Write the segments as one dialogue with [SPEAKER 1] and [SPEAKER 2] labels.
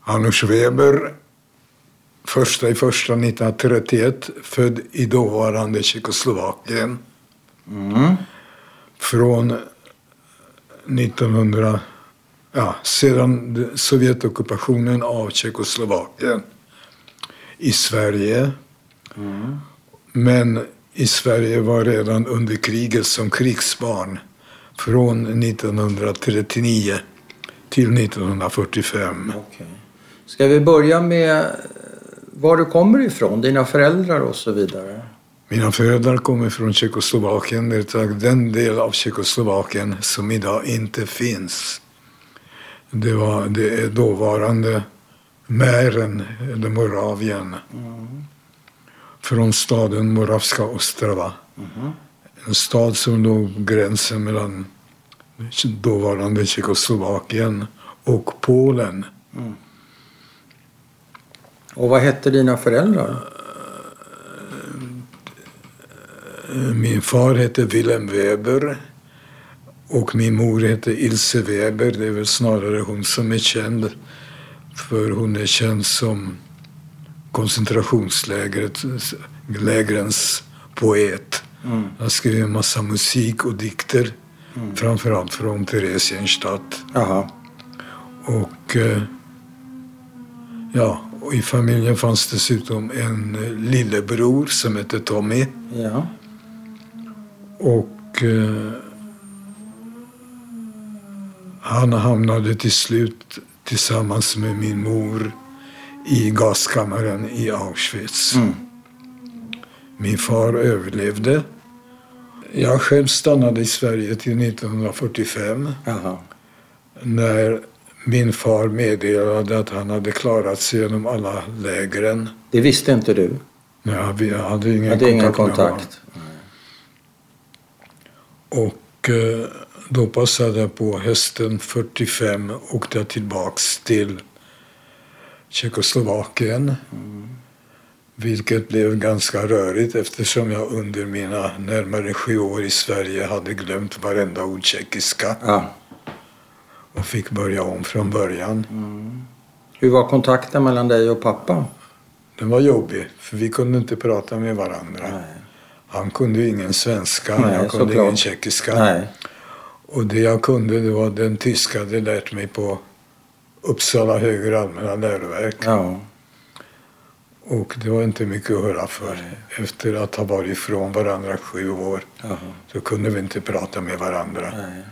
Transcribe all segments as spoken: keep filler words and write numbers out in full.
[SPEAKER 1] Hannes Weber, första i första nittonhundratrettioett, född i dåvarande Tjeckoslovakien.
[SPEAKER 2] Mm.
[SPEAKER 1] Från nittonhundra, ja, sedan Sovjetockupationen av Tjeckoslovakien i Sverige.
[SPEAKER 2] Mm.
[SPEAKER 1] Men i Sverige var redan under kriget som krigsbarn från nittonhundratrettionio till nittonhundrafyrtiofem.
[SPEAKER 2] Okay. Ska vi börja med var du kommer ifrån, dina föräldrar och så vidare?
[SPEAKER 1] Mina föräldrar kommer från Tjeckoslovakien, det är den del av Tjeckoslovakien som idag inte finns. Det var det är dåvarande Mähren, eller Moravien.
[SPEAKER 2] Mm.
[SPEAKER 1] Från staden Moravska Ostrava.
[SPEAKER 2] Mm.
[SPEAKER 1] En stad som låg på gränsen mellan dåvarande Tjeckoslovakien och Polen.
[SPEAKER 2] Mm. Och vad hette dina föräldrar?
[SPEAKER 1] Min far hette Wilhelm Weber och min mor hette Ilse Weber. Det är väl snarare hon som är känd, för hon är känd som koncentrationslägrens poet.
[SPEAKER 2] Mm.
[SPEAKER 1] Han skrev en massa musik och dikter, mm. framförallt från Theresienstadt.
[SPEAKER 2] Aha.
[SPEAKER 1] Och ja, och i familjen fanns dessutom en lillebror som hette Tommy.
[SPEAKER 2] Ja.
[SPEAKER 1] Och eh, han hamnade till slut tillsammans med min mor i gaskammaren i Auschwitz.
[SPEAKER 2] Mm.
[SPEAKER 1] Min far överlevde. Jag själv stannade i Sverige till nittonhundrafyrtiofem.
[SPEAKER 2] Aha.
[SPEAKER 1] När min far meddelade att han hade klarat sig genom alla lägren.
[SPEAKER 2] Det visste inte du?
[SPEAKER 1] Nej, vi hade ingen
[SPEAKER 2] hade
[SPEAKER 1] kontakt.
[SPEAKER 2] Ingen kontakt.
[SPEAKER 1] Och eh, då passade jag på hösten fyrtiofem och åkte tillbaks till Tjeckoslovakien.
[SPEAKER 2] Mm.
[SPEAKER 1] Vilket blev ganska rörigt eftersom jag under mina närmare sju år i Sverige hade glömt varenda ord tjeckiska.
[SPEAKER 2] Ja.
[SPEAKER 1] Och fick börja om från början.
[SPEAKER 2] Mm. Hur var kontakten mellan dig och pappa?
[SPEAKER 1] Den var jobbig, för vi kunde inte prata med varandra.
[SPEAKER 2] Nej.
[SPEAKER 1] Han kunde ingen svenska,
[SPEAKER 2] Nej,
[SPEAKER 1] jag kunde
[SPEAKER 2] såklart.
[SPEAKER 1] ingen tjeckiska.
[SPEAKER 2] Nej.
[SPEAKER 1] Och det jag kunde, det var den tyska jag hade lärt mig på Uppsala högre allmänna läroverk.
[SPEAKER 2] Ja.
[SPEAKER 1] Och det var inte mycket att höra för. Nej. Efter att ha varit ifrån varandra sju år.
[SPEAKER 2] Jaha.
[SPEAKER 1] Så kunde vi inte prata med varandra.
[SPEAKER 2] Nej.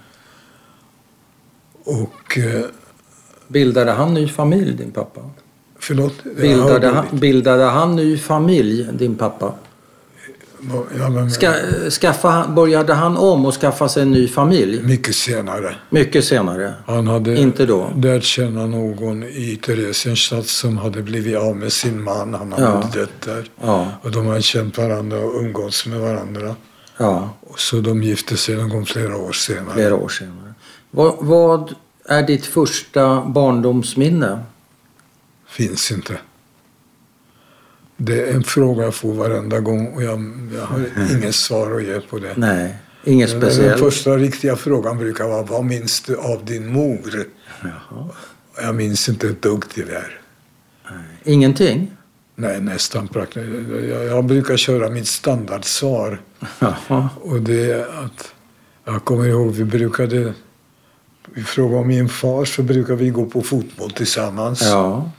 [SPEAKER 1] Och... Eh,
[SPEAKER 2] bildade han ny familj, din pappa?
[SPEAKER 1] Förlåt?
[SPEAKER 2] Bildade, han, bildade han ny familj, din pappa?
[SPEAKER 1] Ja, men,
[SPEAKER 2] Ska, skaffa, började han om och skaffa sig en ny familj?
[SPEAKER 1] Mycket senare.
[SPEAKER 2] Mycket senare?
[SPEAKER 1] Han hade
[SPEAKER 2] inte då?
[SPEAKER 1] lärt känna någon i Theresienstadt som hade blivit av med sin man. Han hade
[SPEAKER 2] ja.
[SPEAKER 1] dött där.
[SPEAKER 2] Ja.
[SPEAKER 1] Och de hade känt varandra och umgåtts med varandra.
[SPEAKER 2] Ja.
[SPEAKER 1] Och så de gifte sig någon gång flera år senare.
[SPEAKER 2] Flera år senare. Vad, vad är ditt första barndomsminne?
[SPEAKER 1] Finns inte. Det är en fråga jag får varenda gång och jag, jag har inget svar att ge på det.
[SPEAKER 2] Nej, inget speciellt.
[SPEAKER 1] Den första riktiga frågan brukar vara: vad minns du av din mor?
[SPEAKER 2] Jaha.
[SPEAKER 1] Jag minns inte ett dugg tyvärr.
[SPEAKER 2] Nej. Ingenting?
[SPEAKER 1] Nej, nästan praktiskt. Jag, jag brukar köra mitt standardsvar.
[SPEAKER 2] Jaha.
[SPEAKER 1] Och det är att jag kommer ihåg vi brukade, i fråga om min far så brukar vi gå på fotboll tillsammans.
[SPEAKER 2] Ja.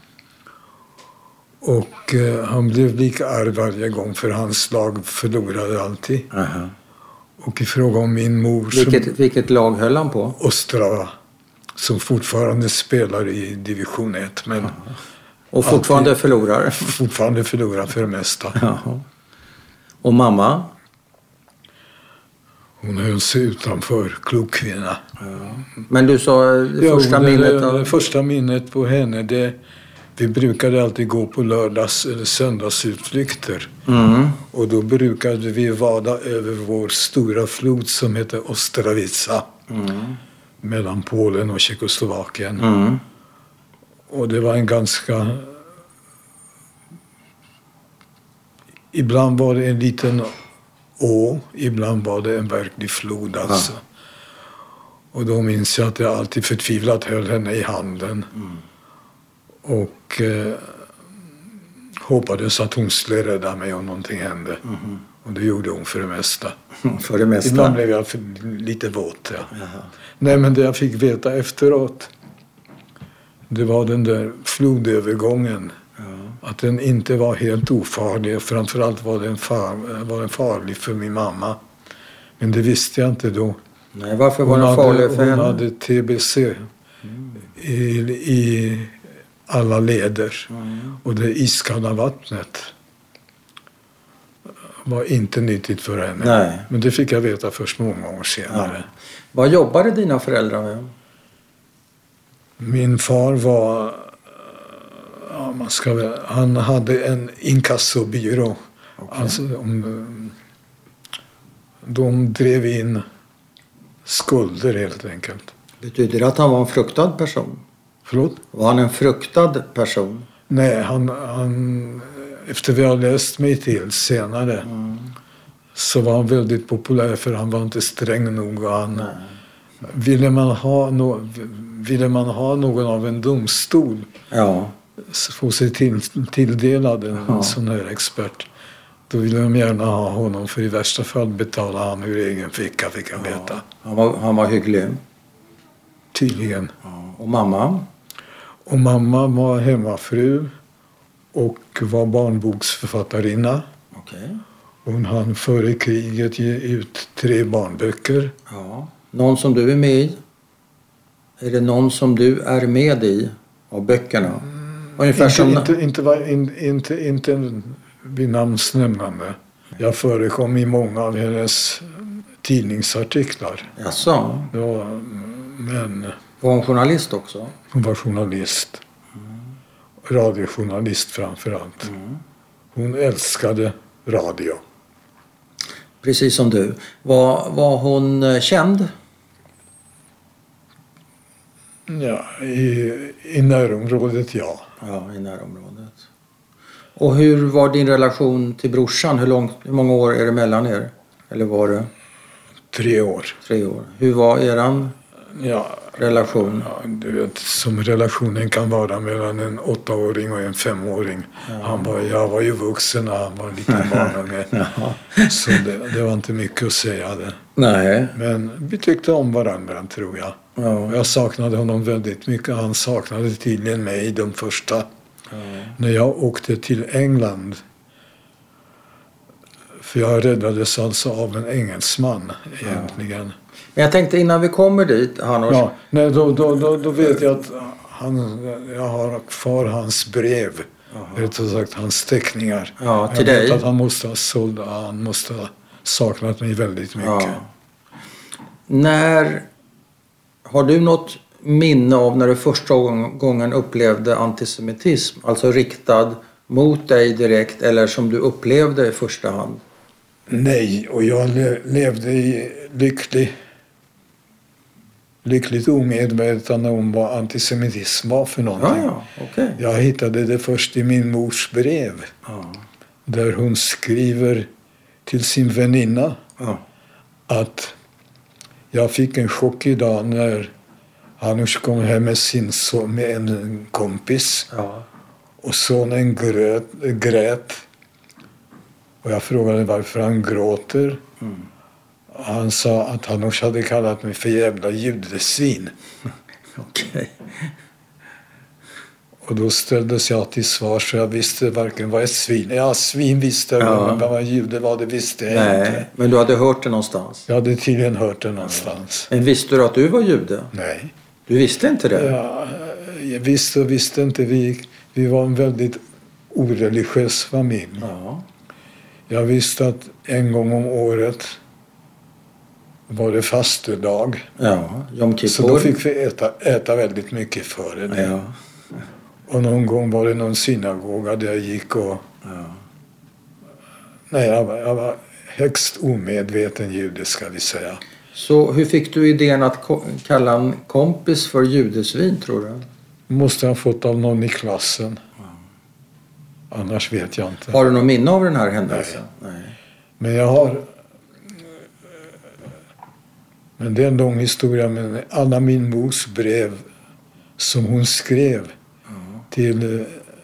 [SPEAKER 1] Och eh, han blev lika arg varje gång för hans lag förlorade alltid.
[SPEAKER 2] Aha.
[SPEAKER 1] Och i fråga om min mor...
[SPEAKER 2] Vilket,
[SPEAKER 1] som,
[SPEAKER 2] vilket lag höll han på?
[SPEAKER 1] Ostrava. Som fortfarande spelar i division ett. Men
[SPEAKER 2] Aha. Och fortfarande alltid, förlorar?
[SPEAKER 1] Fortfarande förlorar för det mesta.
[SPEAKER 2] Jaha. Och mamma?
[SPEAKER 1] Hon höll sig utanför, klok kvinna.
[SPEAKER 2] Ja. Men du sa det
[SPEAKER 1] ja,
[SPEAKER 2] första
[SPEAKER 1] det,
[SPEAKER 2] minnet av...
[SPEAKER 1] Det första minnet på henne, det... Vi brukade alltid gå på lördags- eller söndagsutflykter.
[SPEAKER 2] Mm.
[SPEAKER 1] Och då brukade vi vada över vår stora flod som heter Ostravica.
[SPEAKER 2] Mm.
[SPEAKER 1] Mellan Polen och Tjeckoslovakien.
[SPEAKER 2] Mm.
[SPEAKER 1] Och det var en ganska... Ibland var det en liten å, ibland var det en verklig flod alltså. Ja. Och då minns jag att jag alltid förtvivlat höll henne i handen. Mm. Och eh, hoppades att hon skulle rädda mig om någonting hände. Mm-hmm. Och det gjorde hon för det mesta.
[SPEAKER 2] För det mesta?
[SPEAKER 1] Ibland blev jag för, lite våt. Ja. Nej, men det jag fick veta efteråt, det var den där flodövergången. Ja. Att den inte var helt ofarlig. Framförallt var den, far, var den farlig för min mamma. Men det visste jag inte då.
[SPEAKER 2] Nej, varför var den farlig för henne?
[SPEAKER 1] Hon hade T B C mm. i, i alla leder. Mm. Och det iskalla vattnet var inte nyttigt för henne.
[SPEAKER 2] Nej.
[SPEAKER 1] Men det fick jag veta först många år senare. Ja.
[SPEAKER 2] Vad jobbade dina föräldrar med?
[SPEAKER 1] Min far var... Ja, man ska väl, han hade en inkassobyrå. Okay. Alltså, de, de drev in skulder helt enkelt.
[SPEAKER 2] Betyder det att han var en fruktad person?
[SPEAKER 1] Förlåt?
[SPEAKER 2] Var han en fruktad person?
[SPEAKER 1] Nej, han, han efter vi har läst mig till senare mm. så var han väldigt populär, för han var inte sträng nog. Han, ville, man ha no, ville man ha någon av en domstol
[SPEAKER 2] ja.
[SPEAKER 1] få sig till, tilldelad en ja. sån här expert, då ville de gärna ha honom, för i värsta fall betala han ur egen ficka, fick jag veta.
[SPEAKER 2] Ja. Han, var, han var hygglig.
[SPEAKER 1] Tydligen.
[SPEAKER 2] Ja. Och mamma?
[SPEAKER 1] Och mamma var hemmafru och var barnboksförfattarinna.
[SPEAKER 2] Okay.
[SPEAKER 1] Hon hann före kriget ge ut tre barnböcker.
[SPEAKER 2] Ja. Någon som du är med i? Är det någon som du är med i av böckerna? Ungefär
[SPEAKER 1] inte,
[SPEAKER 2] som...
[SPEAKER 1] inte, inte, var, in, inte, inte vid namnsnämnande. Jag förekom i många av hennes tidningsartiklar.
[SPEAKER 2] Jaså?
[SPEAKER 1] Ja, men...
[SPEAKER 2] Var hon journalist också?
[SPEAKER 1] Hon var journalist. Mm. Radiojournalist framför allt. Mm. Hon älskade radio.
[SPEAKER 2] Precis som du. Var, var hon känd?
[SPEAKER 1] Ja, i, i närområdet, ja.
[SPEAKER 2] Ja, i närområdet. Och hur var din relation till brorsan? Hur, långt, hur många år är det mellan er? Eller var det?
[SPEAKER 1] Tre år.
[SPEAKER 2] Tre år. Hur var eran
[SPEAKER 1] ja,
[SPEAKER 2] relation?
[SPEAKER 1] Ja, du vet, som relationen kan vara mellan en åttaåring och en femåring. Ja. Han var, jag var ju vuxen och han var en liten barnunge. Ja. Så det, det var inte mycket att säga det.
[SPEAKER 2] Nej.
[SPEAKER 1] Men vi tyckte om varandra, tror jag. Ja. Jag saknade honom väldigt mycket. Han saknade tydligen mig de första. Ja. När jag åkte till England. För jag räddades alltså av en engelsman egentligen. Ja.
[SPEAKER 2] Men jag tänkte innan vi kommer dit, Hanors.
[SPEAKER 1] Ja, nej, då, då, då, då vet jag att han, jag har kvar hans brev. Rättare sagt hans teckningar.
[SPEAKER 2] Ja, till
[SPEAKER 1] jag
[SPEAKER 2] dig.
[SPEAKER 1] vet att han måste ha såld, han måste ha saknat mig väldigt mycket. Ja.
[SPEAKER 2] När har du något minne av när du första gången upplevde antisemitism? Alltså riktad mot dig direkt eller som du upplevde i första hand?
[SPEAKER 1] Nej, och jag le- levde i lycklig, lyckligt omedvetande om vad antisemitism var för någonting.
[SPEAKER 2] Ja, ja, okay.
[SPEAKER 1] Jag hittade det först i min mors brev. Ja. Där hon skriver till sin väninna ja. att jag fick en chock idag när Hanush kom hem med, sin son, med en kompis. Ja. Och sonen grät, grät. Och jag frågade varför han gråter. Mm. Han sa att Hanush hade kallat mig för jävla judesvin.
[SPEAKER 2] Okej. Okay.
[SPEAKER 1] Och då ställdes jag till svar, så jag visste varken vad ett svin... Ja, svin visste jag, ja. Men vad jude var det visste jag
[SPEAKER 2] Nej,
[SPEAKER 1] inte.
[SPEAKER 2] Men du hade hört det någonstans?
[SPEAKER 1] Jag hade tydligen hört det någonstans.
[SPEAKER 2] Men visste du att du var jude?
[SPEAKER 1] Nej.
[SPEAKER 2] Du visste inte det?
[SPEAKER 1] Ja, jag visste och visste inte. Vi, vi var en väldigt oreligiös familj. Ja. Jag visste att en gång om året var det fastedag.
[SPEAKER 2] Ja, Jom Kippur.
[SPEAKER 1] Så då fick vi äta, äta väldigt mycket före det.
[SPEAKER 2] Ja.
[SPEAKER 1] Och någon gång var det någon synagoga där jag gick och... Ja. Nej, jag var, jag var högst omedveten jude, ska vi säga.
[SPEAKER 2] Så hur fick du idén att ko- kalla en kompis för judesvin, tror du?
[SPEAKER 1] Måste ha fått av någon i klassen. Ja. Annars vet jag inte.
[SPEAKER 2] Har du någon minne av den här händelsen?
[SPEAKER 1] Nej. Nej. Men jag har... Men det är en lång historia. Men alla min mors brev som hon skrev... till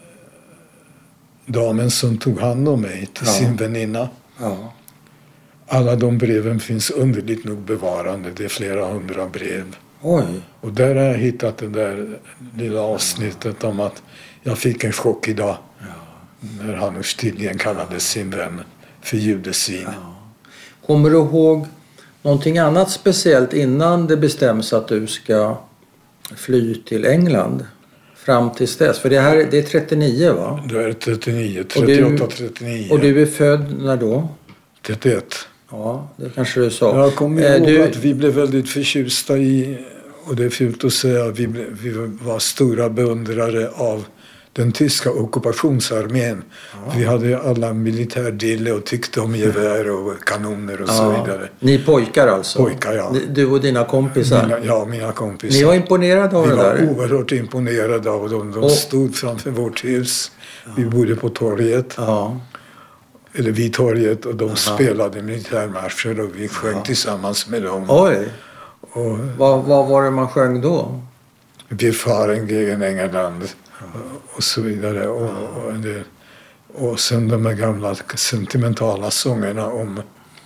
[SPEAKER 1] damen som tog hand om mig, till ja. sin väninna. Ja. Alla de breven finns underligt nog bevarande. Det är flera hundra brev.
[SPEAKER 2] Oj.
[SPEAKER 1] Och där har jag hittat det där lilla avsnittet om att jag fick en chock idag. Ja. När han tydligen kallade sin vän för judesvin. Ja.
[SPEAKER 2] Kommer du ihåg någonting annat speciellt innan det bestäms att du ska fly till England? Fram tills dess. För det här det är trettionio, va?
[SPEAKER 1] Det är trettionio, trettioåtta trettionio.
[SPEAKER 2] Och du är född när då?
[SPEAKER 1] trettioett.
[SPEAKER 2] Ja, det kanske du sa.
[SPEAKER 1] Jag kommer ihåg du... att vi blev väldigt förtjusta i, och det är fult att säga, vi, blev, vi var stora beundrare av den tyska ockupationsarmén. Ja. Vi hade alla militärdille och tyckte om gevär och kanoner och ja. så vidare.
[SPEAKER 2] Ni pojkar alltså?
[SPEAKER 1] Pojkar, ja.
[SPEAKER 2] Du och dina kompisar?
[SPEAKER 1] Mina, ja, mina kompisar.
[SPEAKER 2] Ni var imponerade av
[SPEAKER 1] vi
[SPEAKER 2] det där?
[SPEAKER 1] Vi var oerhört imponerade av dem. De och... stod framför vårt hus. Ja. Vi bodde på torget. Ja. Eller vid torget, och de Aha. spelade militärmarscher och vi sjöng ja. tillsammans med dem.
[SPEAKER 2] Oj! Och, vad, vad var det man sjöng då?
[SPEAKER 1] Vi faren gegen England ja. och så vidare. Och, och, det, och sen de här gamla sentimentala sångerna om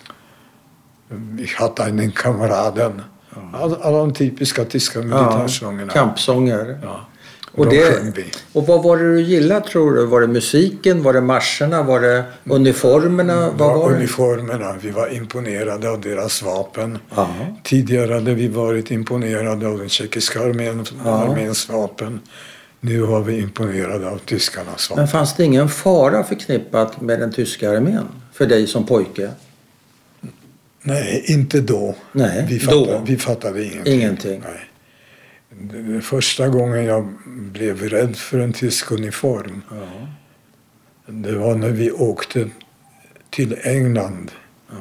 [SPEAKER 1] Ich hatte einen Kameraden. Ja. Alla, alla de typiska tyska militärsångerna.
[SPEAKER 2] Ja, kampsånger.
[SPEAKER 1] Ja. Och,
[SPEAKER 2] och, det, och vad var det du gillade, tror du? Var det musiken? Var det marscherna? Var det uniformerna? Vad var det?
[SPEAKER 1] Uniformerna. Vi var imponerade av deras vapen. Aha. Tidigare hade vi varit imponerade av den tjeckiska armén, arméns vapen. Nu har vi imponerade av tyskarnas vapen.
[SPEAKER 2] Men fanns det ingen fara förknippat med den tyska armén? För dig som pojke?
[SPEAKER 1] Nej, inte då.
[SPEAKER 2] Nej,
[SPEAKER 1] vi, fattade,
[SPEAKER 2] då.
[SPEAKER 1] vi fattade ingenting.
[SPEAKER 2] Ingenting.
[SPEAKER 1] Nej. Det första gången jag blev rädd för en tysk uniform, ja. det var när vi åkte till England. Ja.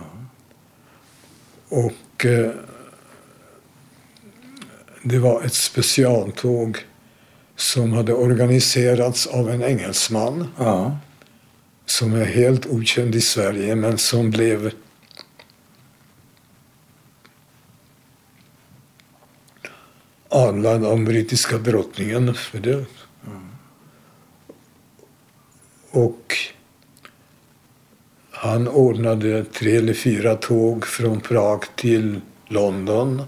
[SPEAKER 1] Och eh, det var ett specialtåg som hade organiserats av en engelsman. Ja. Som är helt okänd i Sverige, men som blev adlad av brittiska drottningen för det. Mm. Och han ordnade tre eller fyra tåg från Prag till London.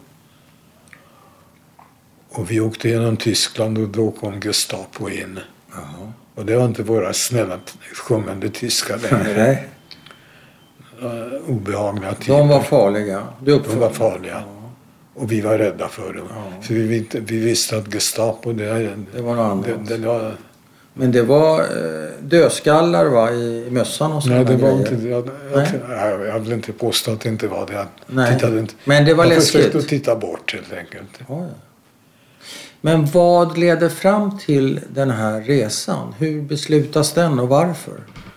[SPEAKER 1] Och vi åkte genom Tyskland och då kom Gestapo in. Mm. Och det var inte våra snälla sjungande tyskar längre. uh, obehagliga typer.
[SPEAKER 2] De var farliga.
[SPEAKER 1] De var farliga. Ja. Och vi var rädda för dem. Ja. För vi, vi visste att Gestapo, det,
[SPEAKER 2] det var något annat.
[SPEAKER 1] Det, det var,
[SPEAKER 2] men det var eh, dödskallar, va, i mössan och sådana
[SPEAKER 1] nej, det var
[SPEAKER 2] grejer.
[SPEAKER 1] Inte, jag, jag, jag vill inte påstå att det inte var det. Jag
[SPEAKER 2] nej.
[SPEAKER 1] tittade inte.
[SPEAKER 2] Men det var
[SPEAKER 1] jag
[SPEAKER 2] läskigt.
[SPEAKER 1] Jag försökte titta bort helt enkelt.
[SPEAKER 2] Ja, ja. Men vad leder fram till den här resan? Hur beslutas den och varför?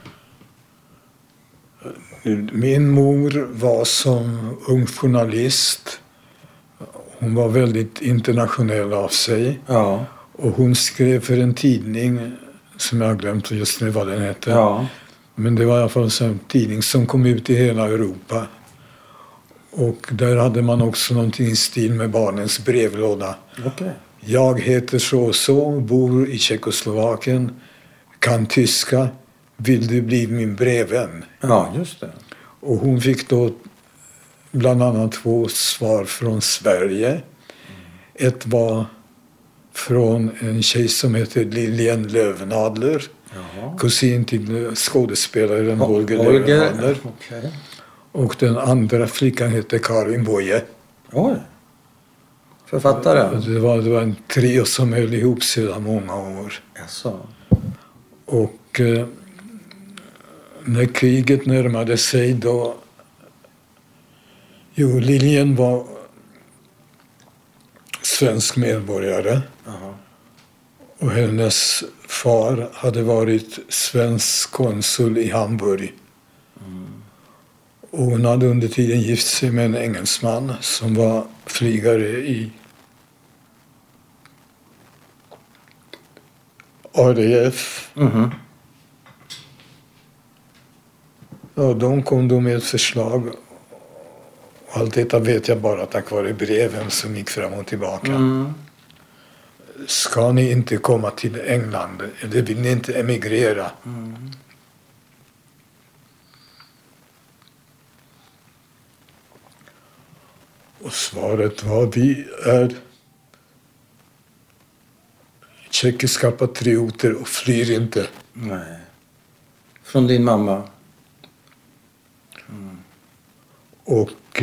[SPEAKER 1] Min mor var som ung journalist. Hon var väldigt internationell av sig. Ja. Och hon skrev för en tidning som jag har glömt just nu vad den hette. Ja. Men det var i alla fall en tidning som kom ut i hela Europa. Och där hade man också någonting i stil med barnens brevlåda.
[SPEAKER 2] Okay.
[SPEAKER 1] Jag heter så och så, bor i Tjeckoslovakien, kan tyska. Vill du bli min brevvän?
[SPEAKER 2] Ja, just det.
[SPEAKER 1] Och hon fick då bland annat två svar från Sverige. Mm. Ett var från en tjej som heter Lilian Löwenadler. Jaha. Kusin till skådespelaren oh, Holger Löwenadler. Okay. Och den andra flickan heter Karin Boye.
[SPEAKER 2] Oj. Författare?
[SPEAKER 1] Det var, det var en trio som höll ihop sedan många år.
[SPEAKER 2] Jaså.
[SPEAKER 1] Och eh, när kriget närmade sig då... Jo, Lilian var svensk medborgare. Aha. Och hennes far hade varit svensk konsul i Hamburg. Mm. Och hon hade under tiden gift sig med en engelsman som var flygare i A D F. Mm. Och de kom då med ett förslag. Och allt detta vet jag bara tack vare breven som gick fram och tillbaka. Mm. ska ni inte komma till England? Eller vill ni inte emigrera?
[SPEAKER 2] Mm.
[SPEAKER 1] Och svaret var: vi är tjeckiska patrioter och flyr inte.
[SPEAKER 2] Nej. Från din mamma? Mm.
[SPEAKER 1] Och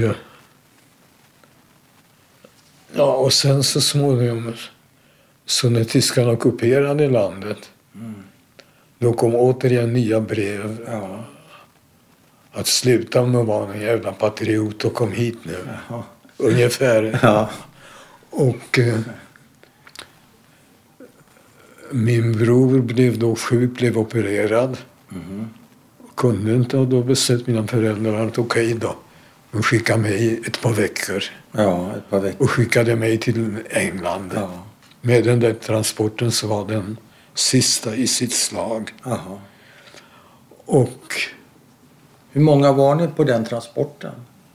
[SPEAKER 1] ja, och sen så småningom, så när tyskarna ockuperade landet,
[SPEAKER 2] Mm.
[SPEAKER 1] då kom återigen nya brev.
[SPEAKER 2] Ja.
[SPEAKER 1] Att sluta med att vara en jävla patriot och kom hit nu.
[SPEAKER 2] Jaha.
[SPEAKER 1] Ungefär.
[SPEAKER 2] Ja.
[SPEAKER 1] Och eh, min bror blev då sjuk, blev opererad.
[SPEAKER 2] Mm.
[SPEAKER 1] Kunde inte, och då beslöt mina föräldrar att okej okay då. De skickade mig ett par veckor.
[SPEAKER 2] Ja, ett par veckor.
[SPEAKER 1] Och skickade mig till England.
[SPEAKER 2] Ja.
[SPEAKER 1] Med den där transporten så var den sista i sitt slag.
[SPEAKER 2] Aha.
[SPEAKER 1] Och
[SPEAKER 2] Hur många var ni på den transporten?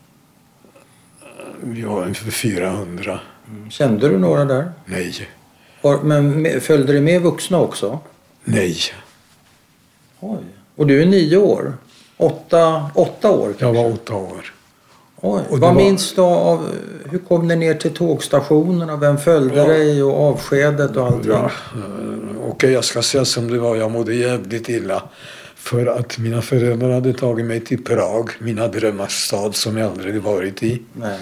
[SPEAKER 1] vi var ungefär fyrahundra.
[SPEAKER 2] Mm. Kände du några där?
[SPEAKER 1] Nej.
[SPEAKER 2] Var, men med- följde det med vuxna också?
[SPEAKER 1] Nej.
[SPEAKER 2] Oj. Och du är nio år? Åtta, åtta år
[SPEAKER 1] Jag
[SPEAKER 2] kanske?
[SPEAKER 1] var åtta år.
[SPEAKER 2] Oj.
[SPEAKER 1] och det
[SPEAKER 2] Vad
[SPEAKER 1] var-
[SPEAKER 2] minns du av, hur kom ni ner till tågstationen och vem följde
[SPEAKER 1] Ja.
[SPEAKER 2] dig och avskedet och allting?
[SPEAKER 1] Ja, eh, okej, jag ska säga som det var. Jag mådde jävligt illa. För att mina föräldrar hade tagit mig till Prag, mina drömmars stad som jag aldrig varit i.
[SPEAKER 2] Nej.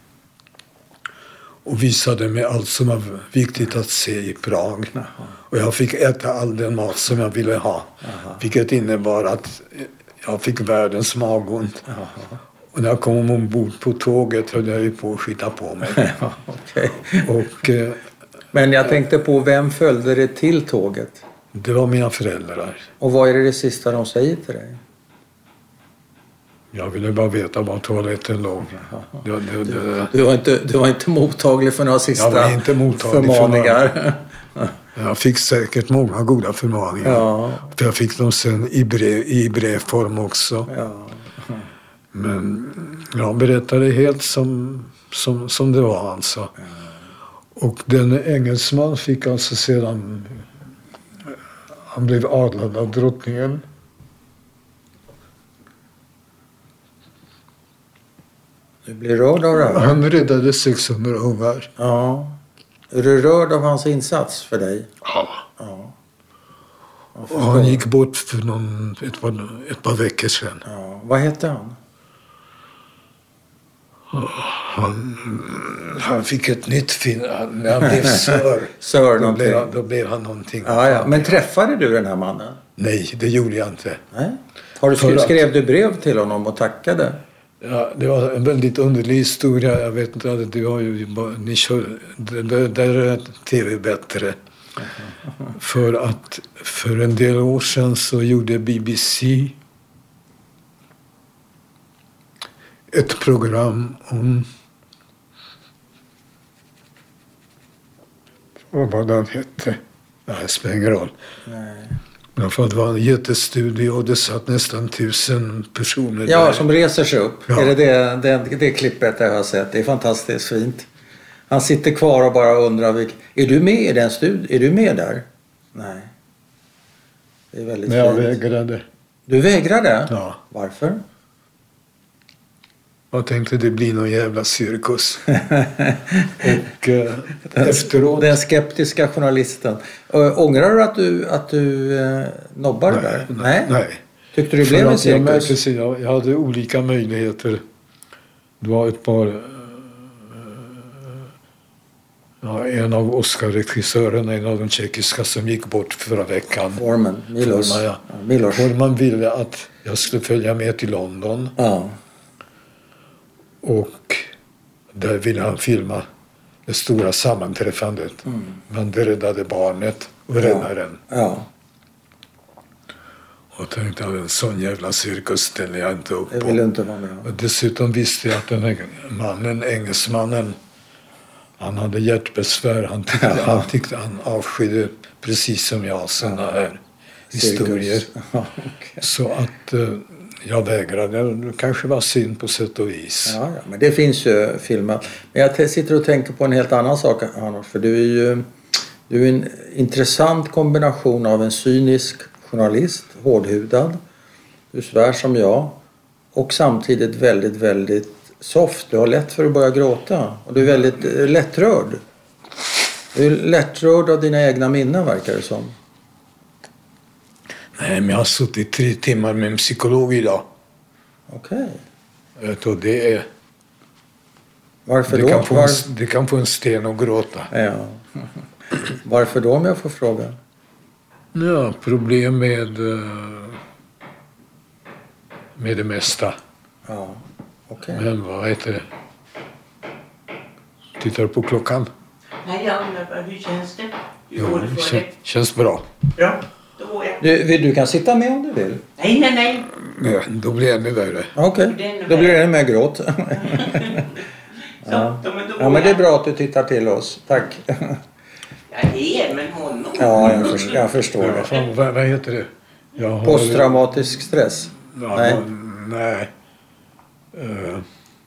[SPEAKER 1] Och visade mig allt som var viktigt att se i Prag.
[SPEAKER 2] Jaha.
[SPEAKER 1] Och jag fick äta all den mat som jag ville ha.
[SPEAKER 2] Jaha.
[SPEAKER 1] Vilket innebar att jag fick världens magont.
[SPEAKER 2] Jaha.
[SPEAKER 1] Och när jag kom ombord på tåget höll jag ju på att skita på mig.
[SPEAKER 2] Ja, okej.
[SPEAKER 1] Och eh,
[SPEAKER 2] Men jag tänkte på, vem följde det till tåget?
[SPEAKER 1] det var mina föräldrar.
[SPEAKER 2] Och vad är det, det sista de säger till dig?
[SPEAKER 1] Jag ville bara veta var toaletten låg. Det, det, det,
[SPEAKER 2] Du var inte, du var inte mottaglig för några sista
[SPEAKER 1] Jag var inte mottaglig för
[SPEAKER 2] förmaningar.
[SPEAKER 1] jag fick säkert många goda förmaningar.
[SPEAKER 2] Ja.
[SPEAKER 1] För jag fick dem sen i, brev, i brevform också.
[SPEAKER 2] Ja.
[SPEAKER 1] Men jag berättade helt som, som, som det var alltså. Och den engelsman fick alltså sedan... Han blev adlad av drottningen.
[SPEAKER 2] Du blir rörd av det här?
[SPEAKER 1] Han räddade sexhundra ungar.
[SPEAKER 2] Ja. Är du rörd av hans insats för dig?
[SPEAKER 1] Ja.
[SPEAKER 2] Ja. Jag
[SPEAKER 1] Och
[SPEAKER 2] förstår.
[SPEAKER 1] han gick bort för någon, ett, par, ett par veckor sedan.
[SPEAKER 2] Ja. Vad hette han?
[SPEAKER 1] Han, han fick ett nytt fin... När han blev sör.
[SPEAKER 2] Sör
[SPEAKER 1] då,
[SPEAKER 2] någonting.
[SPEAKER 1] blev, då blev han någonting.
[SPEAKER 2] Ja, ja. Men träffade du den här mannen?
[SPEAKER 1] Nej, det gjorde jag inte.
[SPEAKER 2] Nej. Har du
[SPEAKER 1] För
[SPEAKER 2] skrev,
[SPEAKER 1] att-
[SPEAKER 2] skrev du brev till honom och tackade?
[SPEAKER 1] Ja, det var en väldigt underlig historia. Jag vet inte, du har ju bara, ni kör, där, där är tv bättre. För att för en del år sedan så gjorde B B C ett program om vad var den hette. Nej, det spelar ingen roll.
[SPEAKER 2] Nej.
[SPEAKER 1] Men för att det var en jättestudio och det satt nästan tusen personer
[SPEAKER 2] Ja,
[SPEAKER 1] där.
[SPEAKER 2] som reser sig upp.
[SPEAKER 1] Ja.
[SPEAKER 2] Är det det, det det klippet jag har sett? Det är fantastiskt fint. Han sitter kvar och bara undrar, vilk... är du med i den studion? Är du med där? Nej. Det är väldigt
[SPEAKER 1] Men jag
[SPEAKER 2] fint.
[SPEAKER 1] vägrade.
[SPEAKER 2] Du vägrade?
[SPEAKER 1] Ja.
[SPEAKER 2] Varför?
[SPEAKER 1] Jag tänkte det blir någon jävla cirkus. Och eh, efteråt...
[SPEAKER 2] Den skeptiska journalisten. Ö, Ångrar du att du, att du eh, nobbade där? Nej.
[SPEAKER 1] Nej.
[SPEAKER 2] Tyckte du det
[SPEAKER 1] För
[SPEAKER 2] blev en
[SPEAKER 1] att jag märkte
[SPEAKER 2] cirkus?
[SPEAKER 1] sig, jag, jag hade olika möjligheter. Det var ett par... eh, Ja, en av Oscar-regissörerna, en av de tjeckiska som gick bort förra veckan.
[SPEAKER 2] Formen, Milos.
[SPEAKER 1] Forman, ja.
[SPEAKER 2] Ja, Milos.
[SPEAKER 1] Forman ville att jag skulle följa med till London.
[SPEAKER 2] Ja.
[SPEAKER 1] Och där ville han filma det stora sammanträffandet.
[SPEAKER 2] Mm.
[SPEAKER 1] Man räddade barnet och räddaren.
[SPEAKER 2] Ja.
[SPEAKER 1] Och tänkte att en sån jävla cirkus ställer jag inte upp
[SPEAKER 2] Det
[SPEAKER 1] på.
[SPEAKER 2] vill du inte vara med
[SPEAKER 1] Och
[SPEAKER 2] om.
[SPEAKER 1] dessutom visste jag att den här mannen, engelsmannen, han hade hjärtbesvär. Han tyckte,
[SPEAKER 2] Ja.
[SPEAKER 1] han, tyckte han avskydde precis som jag sådana här historier.
[SPEAKER 2] Cirkus. Ja, okej.
[SPEAKER 1] Så att eh, jag vägrade. Det kanske var synd på sätt och vis.
[SPEAKER 2] Ja, ja, men det finns ju filmer. Men jag t- sitter och tänker på en helt annan sak, Anders. För du är ju, Du är en intressant kombination av en cynisk journalist, hårdhudad. Du svär som jag. Och samtidigt väldigt, väldigt soft. Du har lätt för att börja gråta. Och du är väldigt eh, lättrörd. Du är lättrörd av dina egna minnen, verkar det som.
[SPEAKER 1] Nej, men jag har suttit tre timmar med en psykolog idag.
[SPEAKER 2] Okej.
[SPEAKER 1] Okay. Och det är...
[SPEAKER 2] Varför
[SPEAKER 1] det
[SPEAKER 2] då?
[SPEAKER 1] Kan få
[SPEAKER 2] Var...
[SPEAKER 1] en, det kan få en sten att gråta.
[SPEAKER 2] Ja. Varför då, om jag får fråga?
[SPEAKER 1] Ja, problem med... med det mesta.
[SPEAKER 2] Ja, okej. Okay.
[SPEAKER 1] Men vad heter det? Tittar du på klockan?
[SPEAKER 3] Nej, jag undrar bara, hur känns det? Hur
[SPEAKER 1] Jo,
[SPEAKER 3] går det
[SPEAKER 1] det
[SPEAKER 3] för
[SPEAKER 1] kän,
[SPEAKER 3] dig?
[SPEAKER 1] känns bra.
[SPEAKER 3] Bra, då går jag.
[SPEAKER 2] Du, vill, du kan sitta med om du vill.
[SPEAKER 3] Nej, nej, nej.
[SPEAKER 1] Ja, då blir det ännu värre.
[SPEAKER 2] Okej, okay. Då blir det med gråt.
[SPEAKER 3] Så,
[SPEAKER 2] ja.
[SPEAKER 3] då, men då
[SPEAKER 2] Ja, men det är bra att du tittar till oss. Tack.
[SPEAKER 3] Jag är men honom.
[SPEAKER 2] Ja, jag förstår, jag förstår
[SPEAKER 1] Ja,
[SPEAKER 2] det.
[SPEAKER 1] fan, vad, vad heter det? Jag har,
[SPEAKER 2] Posttraumatisk stress?
[SPEAKER 1] Ja,
[SPEAKER 2] Nej.
[SPEAKER 1] Nej. Uh,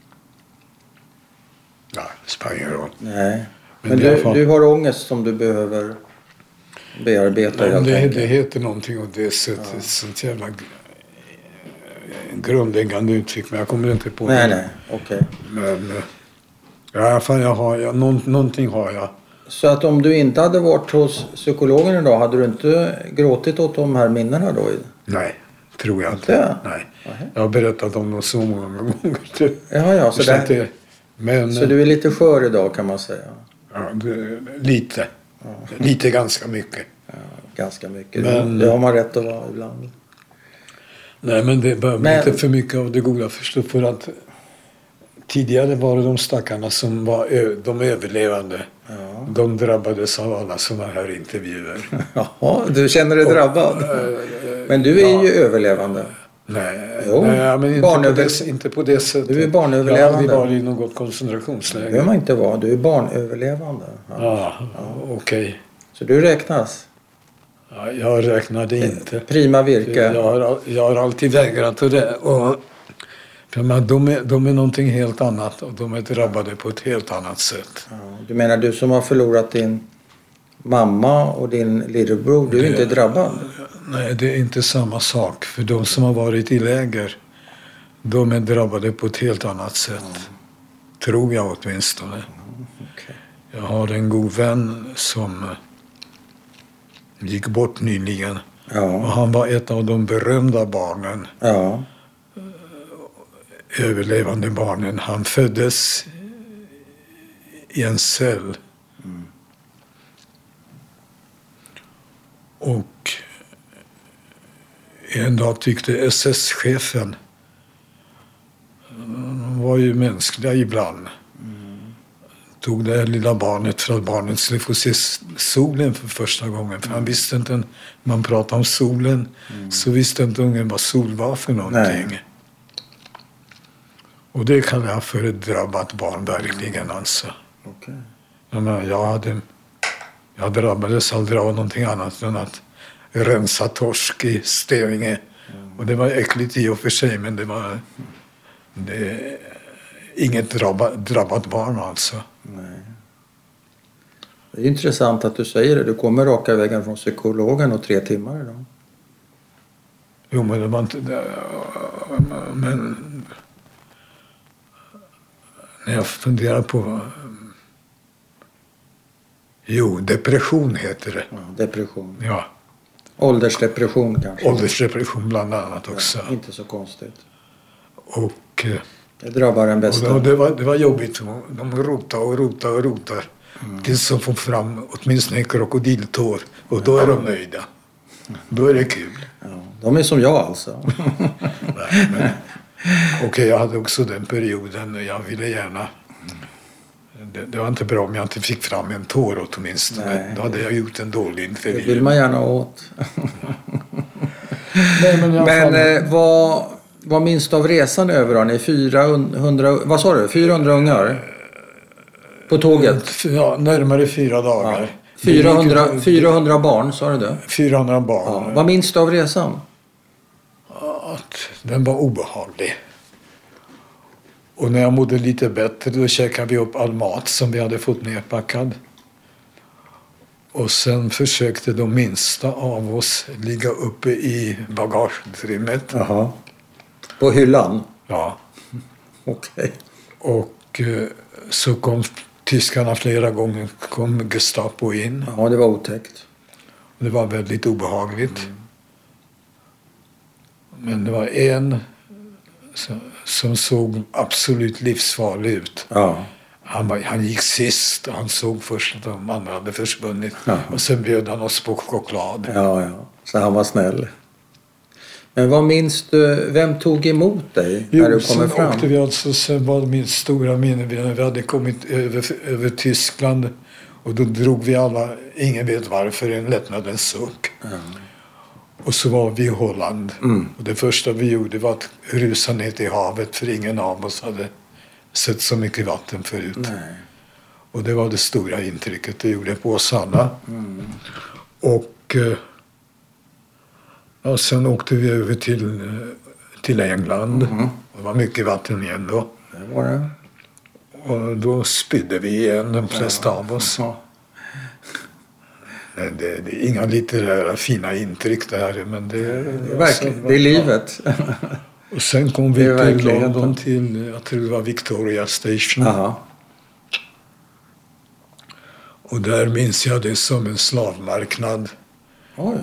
[SPEAKER 1] nej, det spelar ingen roll.
[SPEAKER 2] Nej. Men,
[SPEAKER 1] Men
[SPEAKER 2] du,
[SPEAKER 1] fan,
[SPEAKER 2] du har ångest som du behöver bearbeta.
[SPEAKER 1] nej,
[SPEAKER 2] helt
[SPEAKER 1] det,
[SPEAKER 2] enkelt.
[SPEAKER 1] det heter någonting åt det sättet.
[SPEAKER 2] Ja.
[SPEAKER 1] Sånt jävla grundläggande uttryck. Men jag kommer inte på
[SPEAKER 2] Nej,
[SPEAKER 1] det.
[SPEAKER 2] nej, okej. Okay.
[SPEAKER 1] Men uh, ja, fan, jag har, jag, någon, någonting har jag.
[SPEAKER 2] Så att om du inte hade varit hos psykologen idag, hade du inte gråtit åt de här minnena då?
[SPEAKER 1] Nej, tror jag inte.
[SPEAKER 2] Inte?
[SPEAKER 1] Nej.
[SPEAKER 2] Aha.
[SPEAKER 1] Jag har berättat om dem så många gånger.
[SPEAKER 2] Ja, ja. Så,
[SPEAKER 1] så,
[SPEAKER 2] det,
[SPEAKER 1] det, men,
[SPEAKER 2] så du är lite skör idag, kan man säga?
[SPEAKER 1] Ja, det, lite.
[SPEAKER 2] Ja.
[SPEAKER 1] Lite ganska mycket.
[SPEAKER 2] Ja, ganska mycket.
[SPEAKER 1] Men,
[SPEAKER 2] det har man rätt att vara ibland.
[SPEAKER 1] Nej, men det behöver
[SPEAKER 2] men,
[SPEAKER 1] inte för mycket av det goda förstå. För att tidigare var det de stackarna som var ö, de överlevande.
[SPEAKER 2] Ja.
[SPEAKER 1] De drabbades av alla sådana här intervjuer.
[SPEAKER 2] Jaha, du känner dig drabbad.
[SPEAKER 1] Och, äh,
[SPEAKER 2] men du är
[SPEAKER 1] ja,
[SPEAKER 2] ju överlevande.
[SPEAKER 1] Nej,
[SPEAKER 2] jo,
[SPEAKER 1] nej men inte,
[SPEAKER 2] barnöver...
[SPEAKER 1] på det, inte på det sättet.
[SPEAKER 2] Du är barnöverlevande.
[SPEAKER 1] Ja, vi var i något koncentrationsläge.
[SPEAKER 2] Det behöver man inte vara. Du är barnöverlevande.
[SPEAKER 1] Ja, ja, ja. Okej. Okay.
[SPEAKER 2] Så du räknas?
[SPEAKER 1] Ja, jag räknade inte.
[SPEAKER 2] Prima virke.
[SPEAKER 1] Jag har, jag har alltid vägrat det. Och, för man, de, är, de är någonting helt annat och de är drabbade på ett helt annat sätt.
[SPEAKER 2] Ja, du menar du som har förlorat din mamma och din lillebror, du är det, inte drabbad?
[SPEAKER 1] Nej, det är inte samma sak. För de som har varit i läger, de är drabbade på ett helt annat sätt. Ja. Tror jag åtminstone.
[SPEAKER 2] Mm, okay.
[SPEAKER 1] Jag har en god vän som gick bort nyligen.
[SPEAKER 2] Ja.
[SPEAKER 1] Och han var ett av de berömda barnen.
[SPEAKER 2] Ja.
[SPEAKER 1] Överlevande barnen. Han föddes i en cell. Mm. Och en dag tyckte S S-chefen, de var ju mänskliga ibland, mm. tog det här lilla barnet för att barnet skulle få se solen för första gången. För han visste inte, man pratade om solen, mm. så visste inte ungen vad sol var för någonting. Nej. Och det kallar jag för ett drabbat barn, verkligen alltså.
[SPEAKER 2] Okay.
[SPEAKER 1] Jag, jag, hade, jag drabbades aldrig av någonting annat än att rensa torsk i Stevinge. Mm. Och det var äckligt i och för sig, men det var det, inget drabba, drabbat barn alltså.
[SPEAKER 2] Nej. Det är intressant att du säger det. Du kommer raka vägen från psykologen och tre timmar idag.
[SPEAKER 1] Jo, men det var inte... Det, men... När jag funderar på... Jo, depression heter det.
[SPEAKER 2] Ja, depression.
[SPEAKER 1] Ja.
[SPEAKER 2] Åldersdepression kanske.
[SPEAKER 1] Åldersdepression bland annat också.
[SPEAKER 2] Ja, inte så konstigt.
[SPEAKER 1] Och...
[SPEAKER 2] Det drabbar den bästa.
[SPEAKER 1] Och det, var, det var jobbigt. De rotar och rotar och rotar. Mm. Tills de får fram åtminstone en krokodiltår. Och då är de nöjda. Då är det kul.
[SPEAKER 2] Ja, de är som jag alltså.
[SPEAKER 1] Nej, men... Okej, okay, jag hade också den perioden. Jag ville gärna... Det, det var inte bra om jag inte fick fram en tår åtminstone. Nej. Då hade jag gjort en dålig intervju.
[SPEAKER 2] Det vill man gärna åt.
[SPEAKER 1] Nej, men
[SPEAKER 2] men
[SPEAKER 1] fall...
[SPEAKER 2] eh, vad, vad minns du av resan över då? Ni fyrahundra... Vad sa du? fyrahundra ungar? På tåget?
[SPEAKER 1] Ja, närmare fyra dagar.
[SPEAKER 2] Ja. fyrahundra, fyrahundra barn, sa du det?
[SPEAKER 1] fyrahundra barn.
[SPEAKER 2] Ja. Vad minns du av resan?
[SPEAKER 1] Att den var obehaglig. Och när jag mådde lite bättre då käkade vi upp all mat som vi hade fått nerpackad. Och sen försökte de minsta av oss ligga uppe i bagageutrymmet.
[SPEAKER 2] Jaha. På hyllan?
[SPEAKER 1] Ja.
[SPEAKER 2] Okej. Okay.
[SPEAKER 1] Och eh, så kom tyskarna flera gånger, kom Gestapo in.
[SPEAKER 2] Ja, det var otäckt.
[SPEAKER 1] Det var väldigt obehagligt. Mm. Men det var en som, som såg absolut livsfarlig ut.
[SPEAKER 2] Ja.
[SPEAKER 1] Han, var, han gick sist och han såg först att de andra hade försvunnit.
[SPEAKER 2] Ja.
[SPEAKER 1] Och sen bjöd han oss på choklad.
[SPEAKER 2] Ja, ja. Så han var snäll. Men vad minns du, vem tog emot dig
[SPEAKER 1] jo,
[SPEAKER 2] när du kommer fram?
[SPEAKER 1] Åkte vi alltså, sen var det min stora minne. Vi hade kommit över, över Tyskland. Och då drog vi alla, ingen vet varför, en lättnadens suck. Ja. Och så var vi i Holland. Mm. Och det första vi gjorde var att rusa ner till havet. För ingen av oss hade sett så mycket vatten förut.
[SPEAKER 2] Nej.
[SPEAKER 1] Och det var det stora intrycket det gjorde på oss alla. Mm. Och, och sen åkte vi över till, till England. Mm. Det var mycket vatten igen då.
[SPEAKER 2] Det var det.
[SPEAKER 1] Och då spydde vi igen, de flesta ja. av oss. Ja. Det, det är inga litterära fina intryck det här. Men det, det,
[SPEAKER 2] är, verkligen, det är livet.
[SPEAKER 1] Och sen kom vi till London till, jag tror det var Victoria Station.
[SPEAKER 2] Aha.
[SPEAKER 1] Och där minns jag det som en slavmarknad.
[SPEAKER 2] Oj.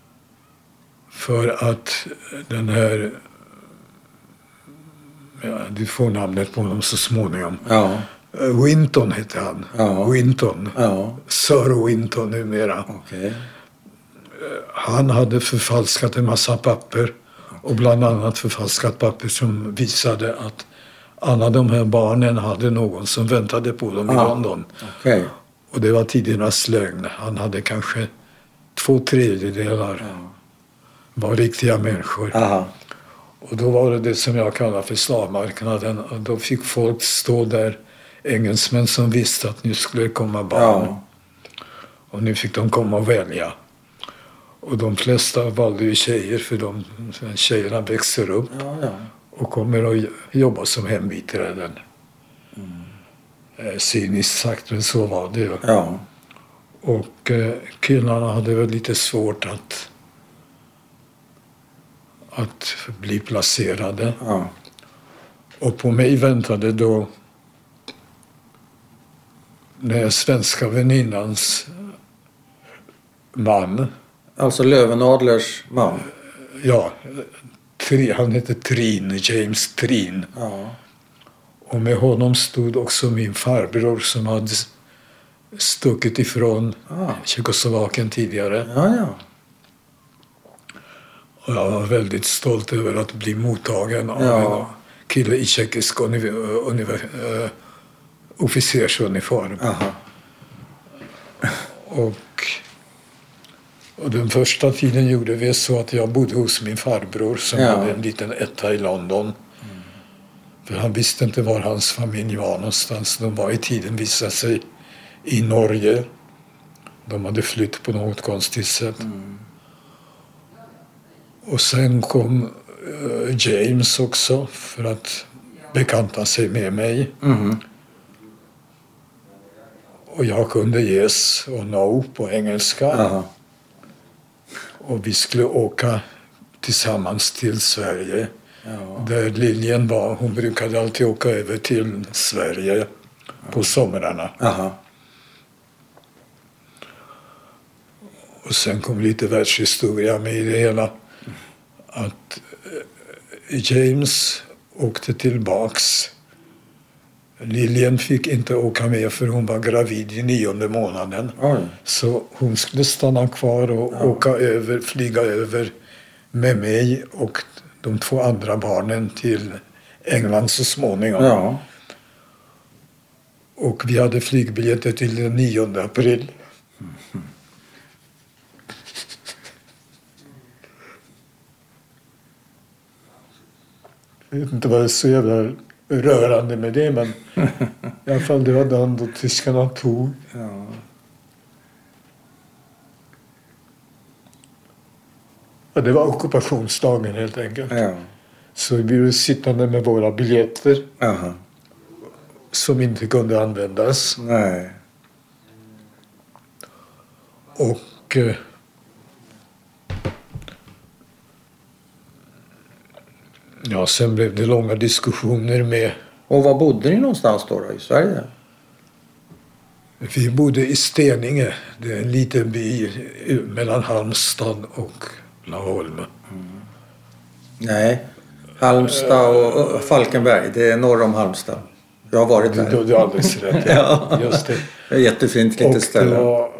[SPEAKER 1] För att den här, ja, du får namnet på honom så småningom.
[SPEAKER 2] Ja.
[SPEAKER 1] Winton hette han.
[SPEAKER 2] Ja.
[SPEAKER 1] Winton.
[SPEAKER 2] Ja.
[SPEAKER 1] Sir Winton numera.
[SPEAKER 2] Okay.
[SPEAKER 1] Han hade förfalskat en massa papper. Och bland annat förfalskat papper som visade att alla de här barnen hade någon som väntade på dem ah. i London.
[SPEAKER 2] Okay.
[SPEAKER 1] Och det var tidernas lögn. Han hade kanske två tredjedelar ja. var riktiga människor.
[SPEAKER 2] Aha.
[SPEAKER 1] Och då var det det som jag kallar för slavmarknaden. Och då fick folk stå där, engelsmän som visste att nu skulle komma barn. Ja. Och nu fick de komma och välja. Och de flesta valde ju tjejer för de tjejerna växer upp
[SPEAKER 2] ja, ja.
[SPEAKER 1] och kommer att jobba som hembiträden. Mm. Cyniskt sagt, men så var det.
[SPEAKER 2] Ja.
[SPEAKER 1] Och eh, killarna hade väl lite svårt att, att bli placerade.
[SPEAKER 2] Ja.
[SPEAKER 1] Och på mig väntade då den svenska väninnans man.
[SPEAKER 2] Alltså Lövenadlers man?
[SPEAKER 1] Ja, han hette Trin, James Trin.
[SPEAKER 2] Ja.
[SPEAKER 1] Och med honom stod också min farbror som hade stuckit ifrån ah. Tjeckoslovakien tidigare.
[SPEAKER 2] Ja, ja.
[SPEAKER 1] Och jag var väldigt stolt över att bli mottagen av
[SPEAKER 2] ja.
[SPEAKER 1] en kille i tjeckisk univ- univ- uh, officersuniform.
[SPEAKER 2] Aha.
[SPEAKER 1] Och Och den första tiden gjorde vi så att jag bodde hos min farbror som ja. hade en liten etta i London. Mm. För han visste inte var hans familj var någonstans. De var i tiden visade sig i Norge. De hade flytt på något konstigt sätt. Mm. Och sen kom uh, James också för att bekanta sig med mig.
[SPEAKER 2] Mm.
[SPEAKER 1] Och jag kunde yes och no på engelska.
[SPEAKER 2] Aha.
[SPEAKER 1] Och vi skulle åka tillsammans till Sverige.
[SPEAKER 2] Ja.
[SPEAKER 1] Där Liljen var. Hon brukade alltid åka över till Sverige ja. på somrarna.
[SPEAKER 2] Aha.
[SPEAKER 1] Och sen kom lite världshistoria med i det hela. Att James åkte tillbaks. Liljen fick inte åka med för hon var gravid i nionde månaden.
[SPEAKER 2] Oj.
[SPEAKER 1] Så hon skulle stanna kvar och ja. åka över, flyga över med mig och de två andra barnen till England så småningom.
[SPEAKER 2] Ja.
[SPEAKER 1] Och vi hade flygbiljetter till den nionde april. Mm. Jag vet inte vad det är så jävla rörande med det, men i alla fall det var den då tyskarna tog.
[SPEAKER 2] Ja.
[SPEAKER 1] Ja, det var ockupationsdagen helt enkelt.
[SPEAKER 2] Ja.
[SPEAKER 1] Så vi blev sittande med våra biljetter.
[SPEAKER 2] Aha.
[SPEAKER 1] Som inte kunde användas.
[SPEAKER 2] Nej.
[SPEAKER 1] Och eh, ja, sen blev det långa diskussioner med...
[SPEAKER 2] Och var bodde ni någonstans då, då i Sverige?
[SPEAKER 1] Vi bodde i Steninge. Det är en liten by mellan Halmstad och Laholm.
[SPEAKER 2] Mm. Nej, Halmstad och uh, Falkenberg. Det är norr om Halmstad. Jag har varit där.
[SPEAKER 1] Du, du har alldeles rätt.
[SPEAKER 2] Ja.
[SPEAKER 1] Just det.
[SPEAKER 2] Det är jättefint litet
[SPEAKER 1] och
[SPEAKER 2] ställe.
[SPEAKER 1] Det var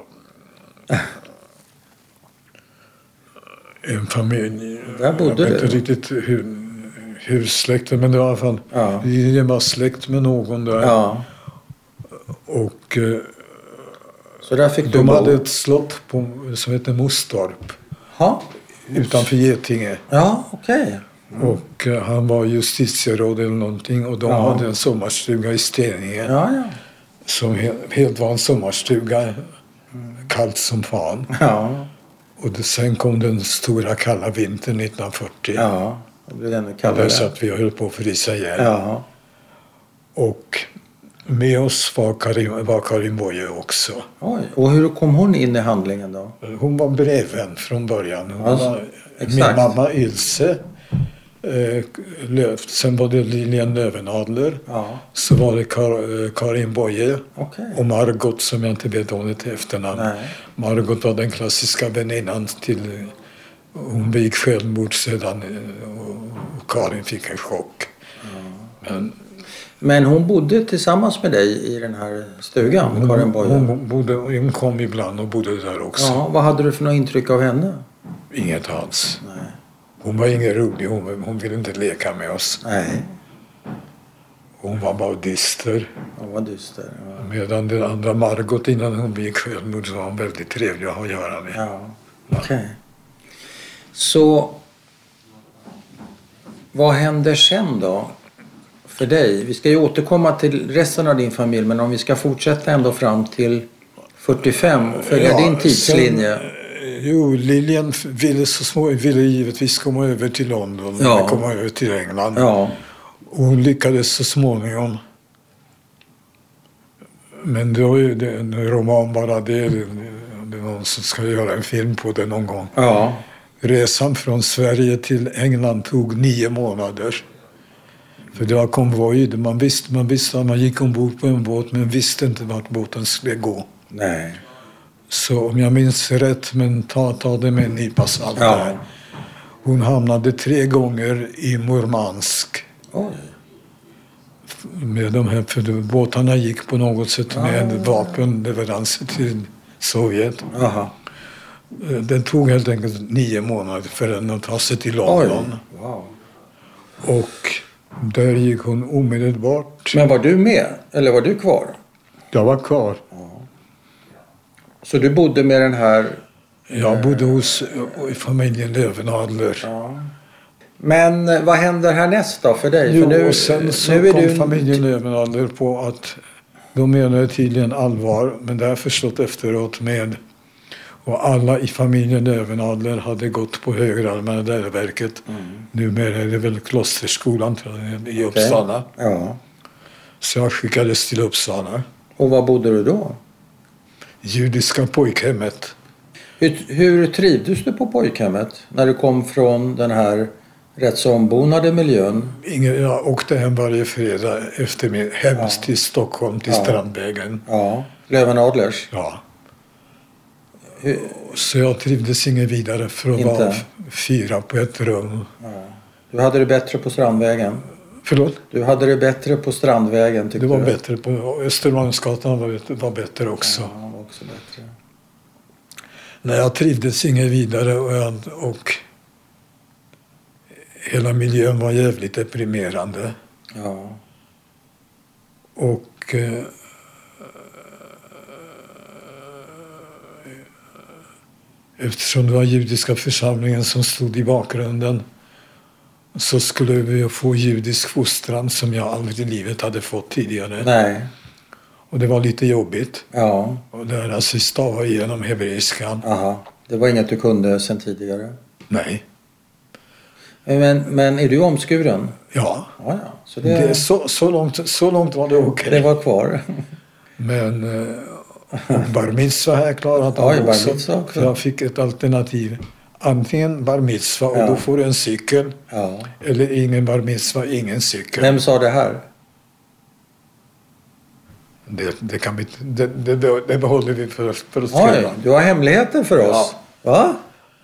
[SPEAKER 1] en familj.
[SPEAKER 2] Där bodde
[SPEAKER 1] jag vet
[SPEAKER 2] du?
[SPEAKER 1] inte riktigt hur, hur släkten, men det var i alla fall.
[SPEAKER 2] Ja.
[SPEAKER 1] Vi var släkt med någon där.
[SPEAKER 2] Ja.
[SPEAKER 1] Och eh,
[SPEAKER 2] så där fick du
[SPEAKER 1] de
[SPEAKER 2] bo.
[SPEAKER 1] hade ett slott på, som heter Mostorp.
[SPEAKER 2] Ha?
[SPEAKER 1] Utanför Getinge.
[SPEAKER 2] Ja, okej. Okay. Mm.
[SPEAKER 1] Och eh, han var justitieråd eller någonting. Och de
[SPEAKER 2] Ja.
[SPEAKER 1] hade en sommarstuga i Steninge.
[SPEAKER 2] Ja, ja.
[SPEAKER 1] Som helt, helt var en sommarstuga. Mm. Kallt som fan.
[SPEAKER 2] Ja.
[SPEAKER 1] Och det, sen kom den stora kalla vintern nittonhundrafyrtio.
[SPEAKER 2] Ja, det blev ännu
[SPEAKER 1] Där
[SPEAKER 2] kallare.
[SPEAKER 1] satt vi och höll på att frysa ihjäl.
[SPEAKER 2] Ja.
[SPEAKER 1] Och med oss var Karin, var Karin Boye också.
[SPEAKER 2] Oj, och hur kom hon in i handlingen då?
[SPEAKER 1] Hon var brevvän från början. Hon
[SPEAKER 2] Alltså,
[SPEAKER 1] var,
[SPEAKER 2] exakt.
[SPEAKER 1] min mamma Ilse. Eh, Löv, sen var det Lilian Lövenadler.
[SPEAKER 2] Ja.
[SPEAKER 1] Så var det Kar, eh, Karin Boye.
[SPEAKER 2] Okej.
[SPEAKER 1] Och Margot som jag inte vet om det efternamn.
[SPEAKER 2] Nej.
[SPEAKER 1] Margot var den klassiska väninnan till... Hon begick självmord sedan och Karin fick en chock.
[SPEAKER 2] Mm.
[SPEAKER 1] Men,
[SPEAKER 2] Men hon bodde tillsammans med dig i den här stugan,
[SPEAKER 1] hon,
[SPEAKER 2] Karin Boye?
[SPEAKER 1] hon, bodde, hon kom ibland och bodde där också.
[SPEAKER 2] Ja, vad hade du för något intryck av henne?
[SPEAKER 1] Inget alls.
[SPEAKER 2] Nej.
[SPEAKER 1] Hon var ingen rolig. Hon, hon ville inte leka med oss.
[SPEAKER 2] Nej,
[SPEAKER 1] Hon var bara dyster.
[SPEAKER 2] hon var dyster. Ja.
[SPEAKER 1] Medan den andra Margot innan hon begick självmord så var hon väldigt trevlig att ha att göra med.
[SPEAKER 2] Ja, okej. Okay. Så vad händer sen då för dig? Vi ska ju återkomma till resten av din familj, men om vi ska fortsätta ändå fram till fyrtiofem och följa
[SPEAKER 1] Ja,
[SPEAKER 2] din tidslinje.
[SPEAKER 1] Sen, jo, Lilian ville, så små, ville givetvis komma över till London.
[SPEAKER 2] Ja.
[SPEAKER 1] Eller komma över till England.
[SPEAKER 2] Ja,
[SPEAKER 1] Och hon lyckades så småningom. Men det var ju det, en roman bara det. Det är någon som ska göra en film på det någon gång.
[SPEAKER 2] ja,
[SPEAKER 1] Resan från Sverige till England tog nio månader. För det var konvoj. Man visste, man visste att man gick ombord på en båt men visste inte vart båten skulle gå.
[SPEAKER 2] nej.
[SPEAKER 1] Så om jag minns rätt, men ta, ta det med en nypa salt
[SPEAKER 2] Ja.
[SPEAKER 1] där. Hon hamnade tre gånger i Murmansk.
[SPEAKER 2] Oj.
[SPEAKER 1] Med de här, för båtarna gick på något sätt med
[SPEAKER 2] Ah.
[SPEAKER 1] vapenleveranser till Sovjet.
[SPEAKER 2] Aha.
[SPEAKER 1] Det tog helt enkelt nio månader för henne att ta sig till
[SPEAKER 2] Oj.
[SPEAKER 1] London.
[SPEAKER 2] Wow.
[SPEAKER 1] Och där gick hon omedelbart.
[SPEAKER 2] Men var du med? Eller var du kvar?
[SPEAKER 1] Jag var kvar.
[SPEAKER 2] Så du bodde med den här...
[SPEAKER 1] Jag bodde hos i familjen Lövenadler.
[SPEAKER 2] Ja. Men eh, vad händer härnäst då för dig?
[SPEAKER 1] Jo,
[SPEAKER 2] för nu,
[SPEAKER 1] och sen så
[SPEAKER 2] nu är
[SPEAKER 1] kom
[SPEAKER 2] du...
[SPEAKER 1] familjen Lövenadler på att de menade tydligen allvar, men det har jag förstått efteråt med. Och alla i familjen Lövenadler hade gått på Högre allmänna läroverket. Mm. Numera är det väl Klosterskolan i Uppsala.
[SPEAKER 2] Okay. Ja.
[SPEAKER 1] Så jag skickades till Uppsala.
[SPEAKER 2] Och var bodde du då?
[SPEAKER 1] Judiska pojkhemmet.
[SPEAKER 2] Hur, hur trivdes du på pojkhemmet när du kom från den här rätt så ombonade miljön?
[SPEAKER 1] Ingen, jag åkte hem varje fredag efter min hem ja. till Stockholm, till ja. Strandvägen.
[SPEAKER 2] Ja, Lövenadlers.
[SPEAKER 1] Ja.
[SPEAKER 2] Hur?
[SPEAKER 1] Så jag trivdes inget vidare för att
[SPEAKER 2] Inte?
[SPEAKER 1] vara fyra på ett rum.
[SPEAKER 2] Ja. Du hade det bättre på Strandvägen?
[SPEAKER 1] Förlåt?
[SPEAKER 2] Du hade det bättre på Strandvägen tyckte
[SPEAKER 1] du? Det var
[SPEAKER 2] du?
[SPEAKER 1] bättre på Östermalmsgatan var, var bättre också.
[SPEAKER 2] Ja, var också bättre.
[SPEAKER 1] Nej, jag trivdes inget vidare och, jag, och hela miljön var jävligt deprimerande.
[SPEAKER 2] Ja.
[SPEAKER 1] Och eh, eftersom det var judiska församlingen som stod i bakgrunden så skulle vi få judisk fostran som jag aldrig i livet hade fått tidigare.
[SPEAKER 2] Nej.
[SPEAKER 1] Och det var lite jobbigt.
[SPEAKER 2] Ja.
[SPEAKER 1] Och lära sig stava igenom hebreiskan.
[SPEAKER 2] Aha. Det var inget du kunde sedan tidigare?
[SPEAKER 1] Nej.
[SPEAKER 2] Men, men är du omskuren?
[SPEAKER 1] Ja.
[SPEAKER 2] Ja, ja. Så det...
[SPEAKER 1] det så, så, långt, så långt var det okej. Okay.
[SPEAKER 2] Det var kvar.
[SPEAKER 1] Men, Bar mitzvah har jag klarat
[SPEAKER 2] Ja,
[SPEAKER 1] av
[SPEAKER 2] bar
[SPEAKER 1] också.
[SPEAKER 2] mitzvah också.
[SPEAKER 1] För jag fick ett alternativ. Antingen bar mitzvah och
[SPEAKER 2] Ja.
[SPEAKER 1] då får du en cykel.
[SPEAKER 2] Ja.
[SPEAKER 1] Eller ingen bar mitzvah, ingen cykel.
[SPEAKER 2] Vem sa det här?
[SPEAKER 1] Det, det, kan vi, det, det, det behåller vi för, för oss
[SPEAKER 2] Oj,
[SPEAKER 1] själva.
[SPEAKER 2] du har hemligheter för oss. Va?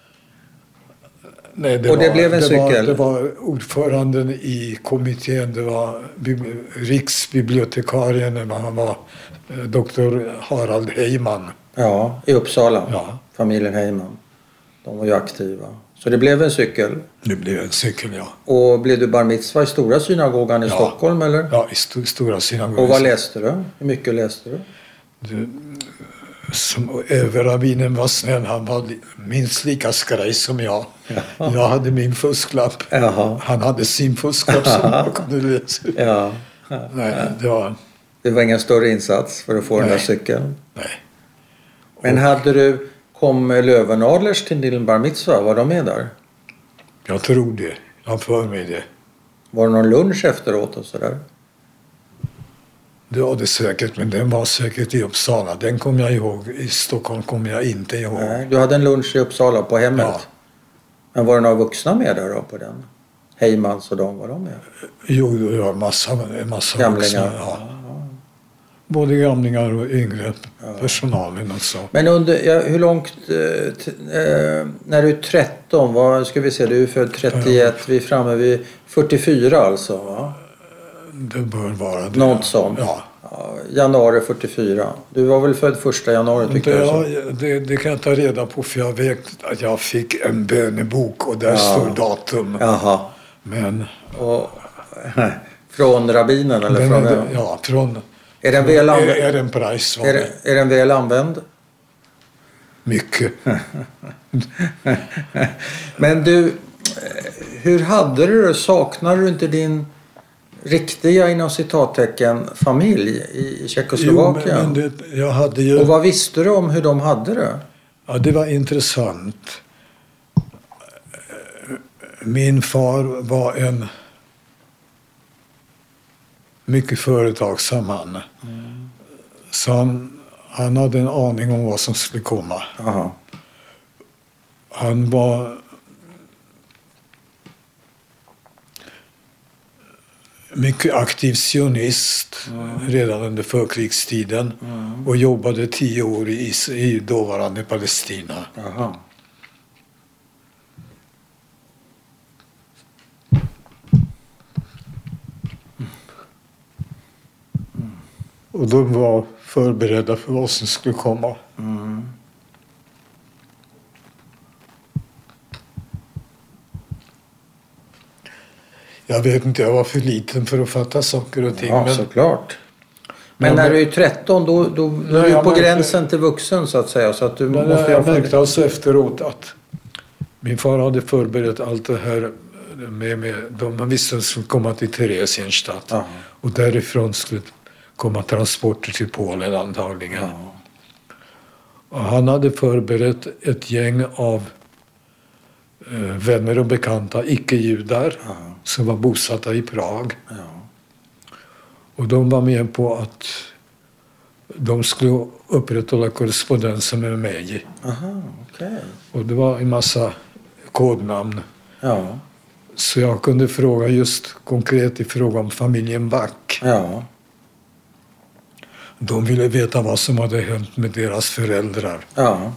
[SPEAKER 1] Nej,
[SPEAKER 2] Och det blev en
[SPEAKER 1] det
[SPEAKER 2] cykel?
[SPEAKER 1] Var, det var ordföranden i kommittén, det var bib- riksbibliotekarien, han var eh, doktor Harald Heyman.
[SPEAKER 2] Ja, i Uppsala.
[SPEAKER 1] Ja.
[SPEAKER 2] Familjen Heyman. De var ju aktiva. Så det blev en cykel.
[SPEAKER 1] Det blev en cykel, ja.
[SPEAKER 2] Och blev du bar mitzvah i stora synagogan i
[SPEAKER 1] Ja.
[SPEAKER 2] Stockholm eller?
[SPEAKER 1] Ja, i st- stora synagogan.
[SPEAKER 2] Och vad läste du? Hur mycket läste du?
[SPEAKER 1] Det, som överrabbinen var snäll, han var li- minst lika skraj som jag.
[SPEAKER 2] Ja.
[SPEAKER 1] Jag hade min fusklapp.
[SPEAKER 2] Jaha.
[SPEAKER 1] Han hade sin fusklapp som jag kunde läsa.
[SPEAKER 2] Ja.
[SPEAKER 1] Nej, det var...
[SPEAKER 2] Det var ingen större insats för att få den där
[SPEAKER 1] Nej.
[SPEAKER 2] cykeln.
[SPEAKER 1] Nej.
[SPEAKER 2] Men hade du, kom Löwenadlers till din bar mitzvah? Var de med där?
[SPEAKER 1] Jag tror det. Jag har för mig det.
[SPEAKER 2] Var det någon lunch efteråt och sådär?
[SPEAKER 1] Det var det säkert, men den var säkert i Uppsala. Den kom jag ihåg. I Stockholm kom jag inte ihåg.
[SPEAKER 2] Nej, du hade en lunch i Uppsala på hemmet.
[SPEAKER 1] Ja.
[SPEAKER 2] Men var det några vuxna med där då på den? Heymans och de, var de med?
[SPEAKER 1] Jo, det var massa, en massa
[SPEAKER 2] Gamlingar.
[SPEAKER 1] vuxna. Ja. Både gamlingar och yngre personalen och så.
[SPEAKER 2] Men under, ja, hur långt, eh, t, eh, när du är tretton, vad ska vi se, du är född trettioett, vi är framme vid fyrtiofyra alltså va?
[SPEAKER 1] Det bör vara det.
[SPEAKER 2] Något sånt.
[SPEAKER 1] Ja.
[SPEAKER 2] Ja, januari fyrtiofyra. Du var väl född första januari tycker
[SPEAKER 1] Det,
[SPEAKER 2] jag.
[SPEAKER 1] ja, det, det kan jag ta reda på för jag vet att jag fick en bönebok och där
[SPEAKER 2] Ja.
[SPEAKER 1] står datum.
[SPEAKER 2] Jaha.
[SPEAKER 1] Men
[SPEAKER 2] Och, från rabbinen eller
[SPEAKER 1] den
[SPEAKER 2] från
[SPEAKER 1] är,
[SPEAKER 2] vem?
[SPEAKER 1] ja, från
[SPEAKER 2] Är den väl
[SPEAKER 1] är,
[SPEAKER 2] använd?
[SPEAKER 1] är den price var
[SPEAKER 2] Är,
[SPEAKER 1] det.
[SPEAKER 2] den- är den väl använd?
[SPEAKER 1] Mycket.
[SPEAKER 2] Men du, eh, hur hade du det? Saknar du inte din riktiga inom citattecken familj i i Tjeckoslovakien?
[SPEAKER 1] Jo, men, men det, jag hade ju...
[SPEAKER 2] Och vad visste du om hur de hade det?
[SPEAKER 1] Ja, det var intressant. Min far var en mycket företagsam man.
[SPEAKER 2] Mm.
[SPEAKER 1] Så han, han hade en aning om vad som skulle komma.
[SPEAKER 2] Aha.
[SPEAKER 1] Han var mycket aktiv sionist redan under förkrigstiden och jobbade tio år i, i dåvarande Palestina.
[SPEAKER 2] Aha.
[SPEAKER 1] Och de var förberedda för vad som skulle komma.
[SPEAKER 2] Mm.
[SPEAKER 1] Jag vet inte, jag var för liten för att fatta saker och ting.
[SPEAKER 2] Ja,
[SPEAKER 1] men
[SPEAKER 2] såklart. Men
[SPEAKER 1] Ja,
[SPEAKER 2] när
[SPEAKER 1] men-
[SPEAKER 2] du är tretton då, då, då
[SPEAKER 1] Nej,
[SPEAKER 2] är du
[SPEAKER 1] jag
[SPEAKER 2] på
[SPEAKER 1] märkte-
[SPEAKER 2] gränsen till vuxen så att säga. Så att du
[SPEAKER 1] men
[SPEAKER 2] måste
[SPEAKER 1] jag
[SPEAKER 2] ha
[SPEAKER 1] märkte alltså efteråt att min far hade förberett allt det här med, med de visste att de skulle komma till Theresienstadt.
[SPEAKER 2] Ja.
[SPEAKER 1] Och därifrån skulle komma transporter till Polen antagligen.
[SPEAKER 2] Ja.
[SPEAKER 1] Och han hade förberett ett gäng av eh, vänner och bekanta icke-judar
[SPEAKER 2] Ja.
[SPEAKER 1] som var bosatta i Prag.
[SPEAKER 2] Ja.
[SPEAKER 1] Och de var med på att de skulle upprätthålla korrespondensen med mig.
[SPEAKER 2] Aha, okej.
[SPEAKER 1] Och det var en massa kodnamn.
[SPEAKER 2] Ja.
[SPEAKER 1] Så jag kunde fråga just konkret i fråga om familjen Back.
[SPEAKER 2] Ja.
[SPEAKER 1] De ville veta vad som hade hänt med deras föräldrar.
[SPEAKER 2] Ja.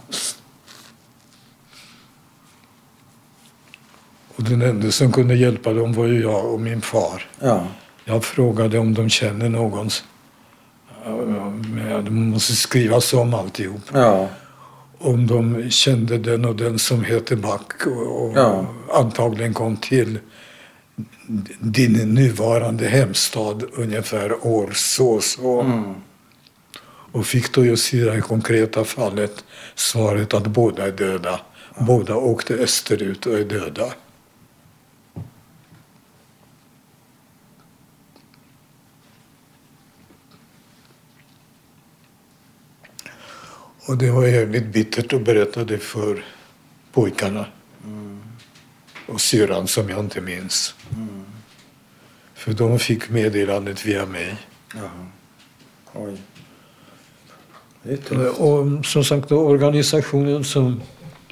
[SPEAKER 1] Och den enda som kunde hjälpa dem var ju jag och min far.
[SPEAKER 2] Ja.
[SPEAKER 1] Jag frågade om de känner någon. De måste skrivas om alltihop.
[SPEAKER 2] Ja.
[SPEAKER 1] Om de kände den och den som heter Back och, och
[SPEAKER 2] Ja.
[SPEAKER 1] antagligen kom till din nuvarande hemstad ungefär år så och så.
[SPEAKER 2] Mm.
[SPEAKER 1] Och fick då just i det här konkreta fallet svaret att båda är döda. Båda åkte österut och är döda. Och det var jävligt bittert att berätta det för pojkarna.
[SPEAKER 2] Mm.
[SPEAKER 1] Och syrran som jag inte minns.
[SPEAKER 2] Mm.
[SPEAKER 1] För de fick meddelandet via mig.
[SPEAKER 2] Ja. Oj. Det är tufft.
[SPEAKER 1] Och som sagt då, organisationen som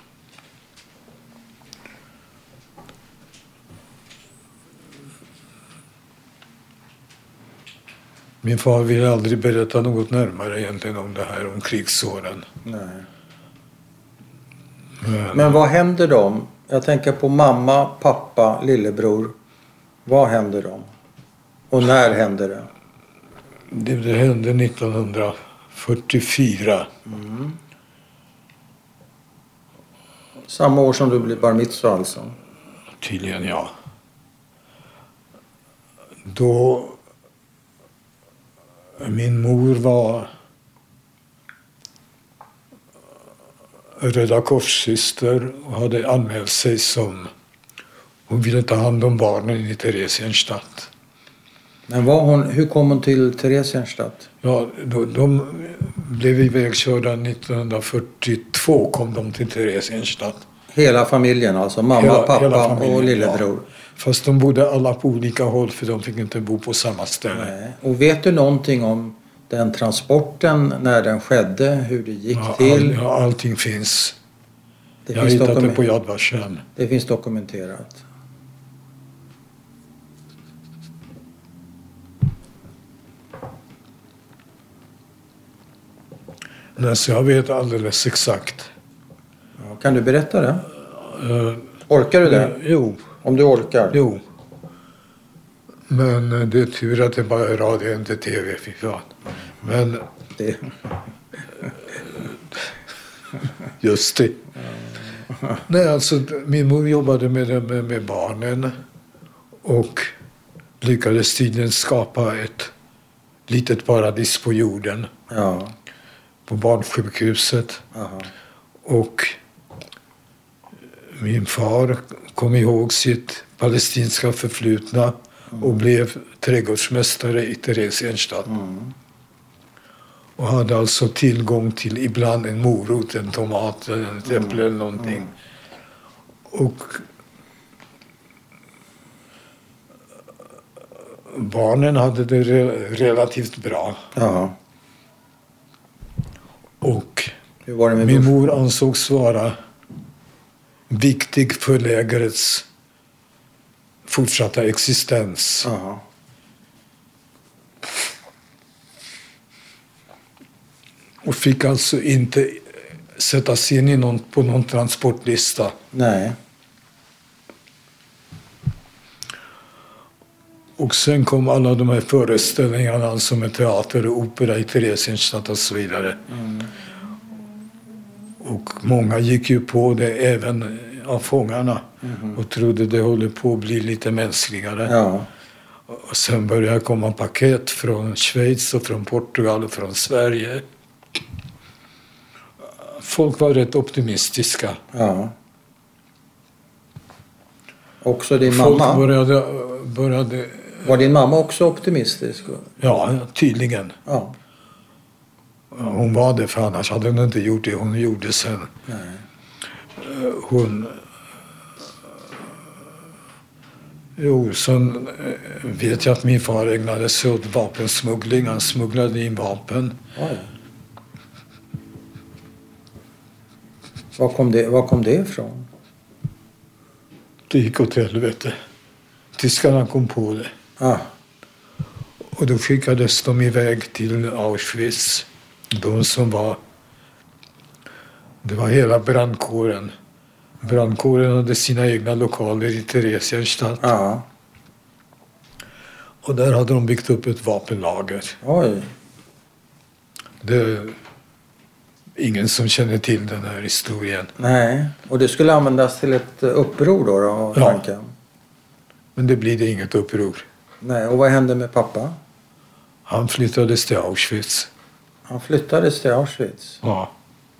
[SPEAKER 1] min far ville aldrig berätta något närmare egentligen om det här, om krigsåren.
[SPEAKER 2] Nej.
[SPEAKER 1] Men,
[SPEAKER 2] Men vad händer dem? Jag tänker på mamma, pappa, lillebror. Vad händer dem? Och när händer det?
[SPEAKER 1] det, det hände nittonhundrafyrtiofyra.
[SPEAKER 2] Mm. Samma år som du blev bar mitzvah alltså?
[SPEAKER 1] Tydligen, ja. Då min mor var Röda Korssyster och hade anmält sig som hon ville ta hand om barnen i Theresienstadt.
[SPEAKER 2] Men var hon, hur kom hon till Theresienstadt?
[SPEAKER 1] Ja, då, de blev ivägkörda nittonhundrafyrtiotvå, kom de till Theresienstadt.
[SPEAKER 2] Hela familjen alltså? Mamma,
[SPEAKER 1] Hela-
[SPEAKER 2] pappa
[SPEAKER 1] hela familjen,
[SPEAKER 2] och lillebror?
[SPEAKER 1] ja. Fast de bodde alla på olika håll för de fick inte bo på samma ställe.
[SPEAKER 2] Nej. Och vet du någonting om den transporten, när den skedde, hur det gick
[SPEAKER 1] Ja,
[SPEAKER 2] till?
[SPEAKER 1] all, ja, allting finns.
[SPEAKER 2] det,
[SPEAKER 1] Jag har
[SPEAKER 2] finns
[SPEAKER 1] hittat det
[SPEAKER 2] dokumen-
[SPEAKER 1] på Yad Vashem.
[SPEAKER 2] det finns dokumenterat.
[SPEAKER 1] Nej, så jag vet alldeles exakt.
[SPEAKER 2] Ja, kan du berätta det?
[SPEAKER 1] Uh,
[SPEAKER 2] Orkar du det?
[SPEAKER 1] Jo,
[SPEAKER 2] Om du orkar?
[SPEAKER 1] jo. Men eh, det är tur att det bara är radio, inte tv. Fy fan. Men
[SPEAKER 2] Det.
[SPEAKER 1] just det. Nej, alltså min mor jobbade med, det- med, med barnen och lyckades tydligen skapa ett litet paradis på jorden
[SPEAKER 2] Ja.
[SPEAKER 1] på barnsjukhuset.
[SPEAKER 2] Aha.
[SPEAKER 1] Och min far kom ihåg sitt palestinska förflutna och blev trädgårdsmästare i Theresienstadt.
[SPEAKER 2] Mm.
[SPEAKER 1] Och hade alltså tillgång till ibland en morot, en tomat, ett äpple eller någonting. Och barnen hade det re- relativt bra.
[SPEAKER 2] Ja.
[SPEAKER 1] Och
[SPEAKER 2] Hur var det med
[SPEAKER 1] min
[SPEAKER 2] bror?
[SPEAKER 1] mor ansågs vara viktig för lägrets fortsatta existens.
[SPEAKER 2] Ja.
[SPEAKER 1] Och fick alltså inte sättas in i någon, på någon transportlista.
[SPEAKER 2] Nej.
[SPEAKER 1] Och sen kom alla de här föreställningarna, alltså med teater och opera i Theresienstadt och så vidare.
[SPEAKER 2] Mm.
[SPEAKER 1] Och många gick ju på det, även av fångarna, och trodde det håller på att bli lite mänskligare.
[SPEAKER 2] Ja.
[SPEAKER 1] Och sen började komma paket från Schweiz och från Portugal och från Sverige. Folk var rätt optimistiska.
[SPEAKER 2] Ja. Också din
[SPEAKER 1] Folk
[SPEAKER 2] mamma?
[SPEAKER 1] började, började,
[SPEAKER 2] Var din mamma också optimistisk?
[SPEAKER 1] ja tydligen.
[SPEAKER 2] Ja.
[SPEAKER 1] Hon var det, för annars hade hon inte gjort det hon gjorde sen.
[SPEAKER 2] Nej.
[SPEAKER 1] Hon... Jo, sen vet jag att min far ägnade sig åt vapensmuggling. Han smugglade in vapen.
[SPEAKER 2] Oj. Var kom det, var kom det ifrån?
[SPEAKER 1] Det gick åt helvete. Tyskarna kom på det.
[SPEAKER 2] Ah.
[SPEAKER 1] Och då skickades de iväg till Auschwitz. De som var... Det var hela brandkåren. Brandkåren hade sina egna lokaler i Theresienstadt.
[SPEAKER 2] Ja.
[SPEAKER 1] Och där hade de byggt upp ett vapenlager.
[SPEAKER 2] Oj.
[SPEAKER 1] Det är ingen som känner till den här historien.
[SPEAKER 2] Nej. Och det skulle användas till ett uppror då, då
[SPEAKER 1] Ja.
[SPEAKER 2] tanken?
[SPEAKER 1] Men det blir det inget uppror.
[SPEAKER 2] Nej. Och vad hände med pappa?
[SPEAKER 1] Han flyttades till Auschwitz.
[SPEAKER 2] Han flyttades till Auschwitz.
[SPEAKER 1] Ja.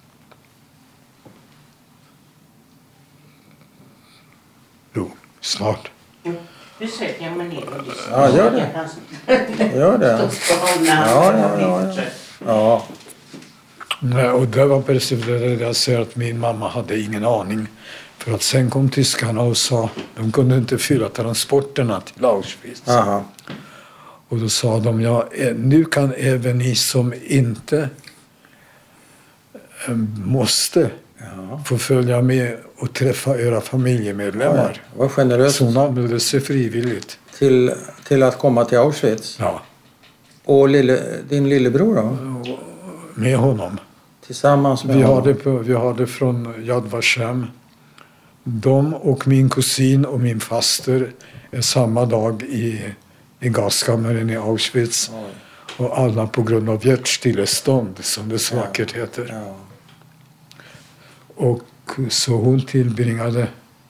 [SPEAKER 1] Jo, snart.
[SPEAKER 3] Nu sätter jag mig ner och lyssnar.
[SPEAKER 2] Ja, gör det. Gör det. Ja, ja, ja, ja. Ja.
[SPEAKER 1] Nej, och det var precis det jag säger, att min mamma hade ingen aning. För att sen kom tyskarna och sa de kunde inte fylla transporterna till Auschwitz.
[SPEAKER 2] Aha.
[SPEAKER 1] Och då sa de, ja, eh, nu kan även ni som inte måste
[SPEAKER 2] Ja.
[SPEAKER 1] få följa med och träffa era familjemedlemmar.
[SPEAKER 2] Ja, vad generöst.
[SPEAKER 1] Så hon anmälde sig frivilligt.
[SPEAKER 2] Till, till att komma till Auschwitz.
[SPEAKER 1] Ja,
[SPEAKER 2] Och lille, din lillebror då?
[SPEAKER 1] med honom.
[SPEAKER 2] Tillsammans med
[SPEAKER 1] Vi
[SPEAKER 2] honom?
[SPEAKER 1] hade, på, vi hade från Yad Vashem. De och min kusin och min faster är samma dag i, i gaskammaren i Auschwitz.
[SPEAKER 2] Oj.
[SPEAKER 1] Och alla på grund av hjärtstillestånd, som det så vackert heter.
[SPEAKER 2] Ja.
[SPEAKER 1] Och så hon tillbringade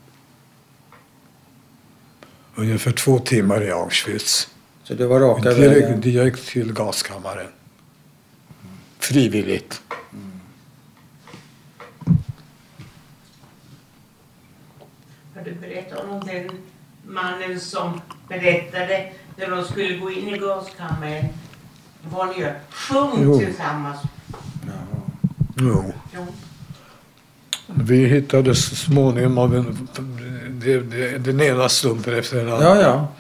[SPEAKER 1] ungefär två timmar i Auschwitz.
[SPEAKER 2] Så det var raka
[SPEAKER 1] Direkt,
[SPEAKER 2] vägen?
[SPEAKER 1] direkt till gaskammaren. Frivilligt.
[SPEAKER 3] Har du berättat om den mannen som berättade när de skulle gå in i gaskammaren? Var ni ju sjung
[SPEAKER 1] Jo.
[SPEAKER 3] tillsammans?
[SPEAKER 1] Jo.
[SPEAKER 3] Jo.
[SPEAKER 1] Vi hittade så småningom av en, det, det, den ena slumpen efter den andra.
[SPEAKER 2] Ja, ja.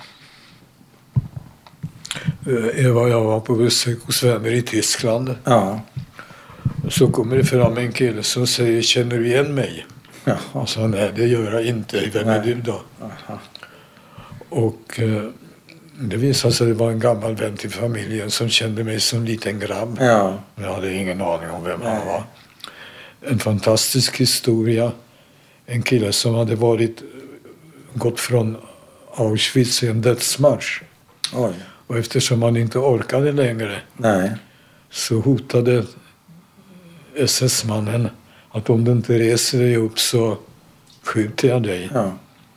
[SPEAKER 1] Eh, Eva och jag var på besök hos vänner i Tyskland.
[SPEAKER 2] Ja.
[SPEAKER 1] Så kommer det fram en kille som säger, känner du igen mig?
[SPEAKER 2] Ja.
[SPEAKER 1] Och sa, nej det gör jag inte. Vem är
[SPEAKER 2] Nej.
[SPEAKER 1] du då?
[SPEAKER 2] Aha.
[SPEAKER 1] Och eh, det visade sig att det var en gammal vän till familjen som kände mig som liten grabb.
[SPEAKER 2] Ja.
[SPEAKER 1] Jag hade ingen aning om vem
[SPEAKER 2] Nej.
[SPEAKER 1] han var. En fantastisk historia. En kille som hade varit, gått från Auschwitz i en dödsmarsch.
[SPEAKER 2] Oj.
[SPEAKER 1] Och eftersom han inte orkade längre
[SPEAKER 2] Nej.
[SPEAKER 1] så hotade S S-mannen att om du inte reser dig upp så skjuter jag dig.
[SPEAKER 2] Ja.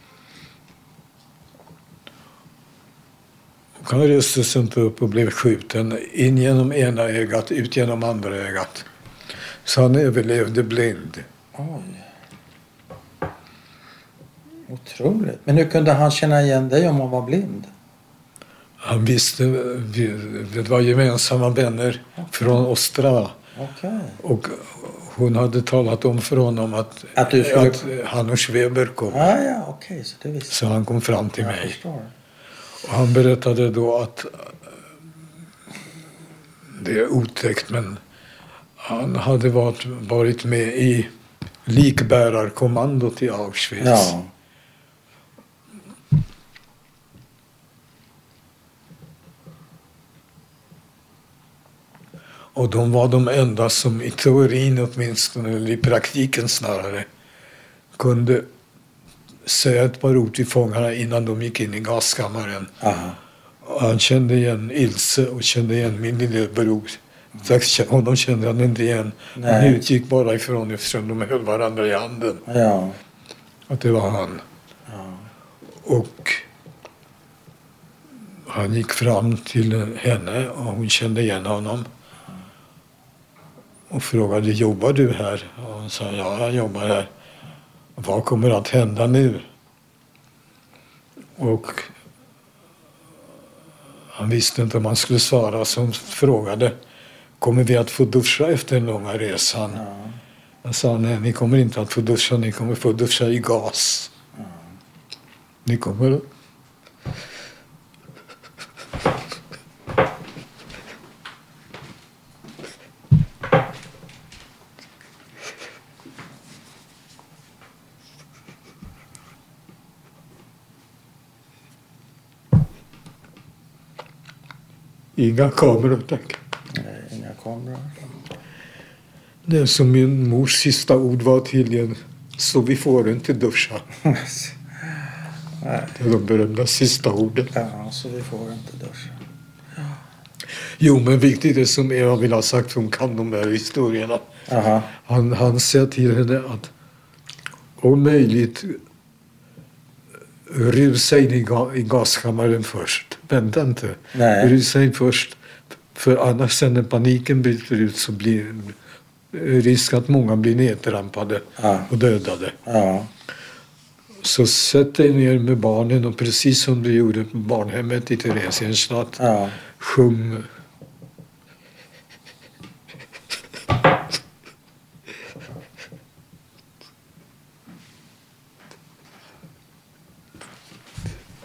[SPEAKER 1] Och han reste sig inte upp och blev skjuten in genom ena ögat, ut genom andra ögat. Så han överlevde blind.
[SPEAKER 2] Oj. Otroligt. Men hur kunde han känna igen dig om han var blind?
[SPEAKER 1] Han visste, vi- det var gemensamma vänner från Ostrava.
[SPEAKER 2] Okej.
[SPEAKER 1] Och hon hade talat om för honom att,
[SPEAKER 2] Att du skulle-
[SPEAKER 1] att han och Schweber kom.
[SPEAKER 2] Ah, ja, okej. Så det visste
[SPEAKER 1] Så han kom fram till
[SPEAKER 2] jag.
[SPEAKER 1] mig.
[SPEAKER 2] Förstår.
[SPEAKER 1] Och han berättade då att det är otäckt, men han hade varit, varit med i likbärarkommandot i Auschwitz.
[SPEAKER 2] Ja.
[SPEAKER 1] Och de var de enda som i teorin åtminstone, eller i praktiken snarare, kunde säga ett par ord till fångarna innan de gick in i gaskammaren.
[SPEAKER 2] Aha.
[SPEAKER 1] Och han kände igen Ilse och kände igen min lillebror. Mm. Honom kände han inte igen.
[SPEAKER 2] Nej.
[SPEAKER 1] Han utgick bara ifrån, eftersom de höll varandra i handen,
[SPEAKER 2] Ja.
[SPEAKER 1] att det var han.
[SPEAKER 2] Ja.
[SPEAKER 1] Och han gick fram till henne och hon kände igen honom. Och frågade, jobbar du här? Och hon sa, ja, jag jobbar här. Vad kommer att hända nu? Och han visste inte om han skulle svara, så hon frågade, kommer vi att få duscha efter den långa resan?
[SPEAKER 2] Ja.
[SPEAKER 1] Jag sa, nej, ni kommer inte att få duscha, ni kommer få duscha i gas. Ni kommer... Inga kameror, tack.
[SPEAKER 2] Nej, inga kameror.
[SPEAKER 1] Det är som min mors sista ord var till en, så vi får inte duscha.
[SPEAKER 2] Nej.
[SPEAKER 1] Det är de berömda sista orden.
[SPEAKER 2] Ja, så vi får inte duscha.
[SPEAKER 1] Jo, men viktigt är som Eva vill ha sagt, hon kan de där historierna.
[SPEAKER 2] Aha.
[SPEAKER 1] Han, han säger till henne att om möjligt rusa in i, ga, i gaskammaren först. Vänta inte.
[SPEAKER 2] Nej.
[SPEAKER 1] Rusa in först. För annars sen när paniken bryter ut så blir risk att många blir nedtrampade
[SPEAKER 2] Ja.
[SPEAKER 1] och dödade.
[SPEAKER 2] Ja.
[SPEAKER 1] Så sätt dig ner med barnen och precis som du gjorde på barnhemmet i Theresienstadt,
[SPEAKER 2] Ja.
[SPEAKER 1] sjung.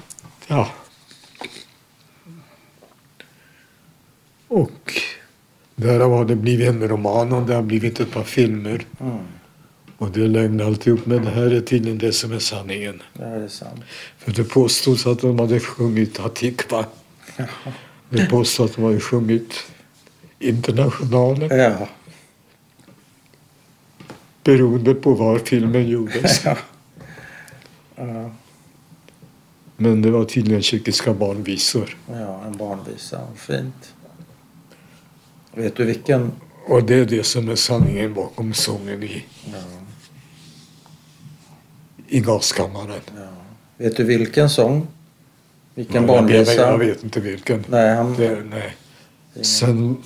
[SPEAKER 1] Ja. Och Där har det blivit en roman och det har blivit ett par filmer.
[SPEAKER 2] Mm.
[SPEAKER 1] Och det lögn alltihop. Men det här är tydligen det som är sanningen.
[SPEAKER 2] Det här är sant.
[SPEAKER 1] För det påstås att de hade sjungit Hatikva. Det påstås att de hade sjungit Internationalen.
[SPEAKER 2] Ja.
[SPEAKER 1] Beroende på var filmen gjordes.
[SPEAKER 2] Ja. Ja.
[SPEAKER 1] Men det var tydligen tjeckiska barnvisor.
[SPEAKER 2] Ja, en barnvisa. Fint. Vet du vilken?
[SPEAKER 1] Och det är det som är sanningen bakom sången i,
[SPEAKER 2] Ja.
[SPEAKER 1] i gaskammaren.
[SPEAKER 2] Ja. Vet du vilken sång? Vilken
[SPEAKER 1] Ja, jag, vet,
[SPEAKER 2] barnvisa?
[SPEAKER 1] jag vet inte vilken.
[SPEAKER 2] Nej, han...
[SPEAKER 1] Det, nej. Sen...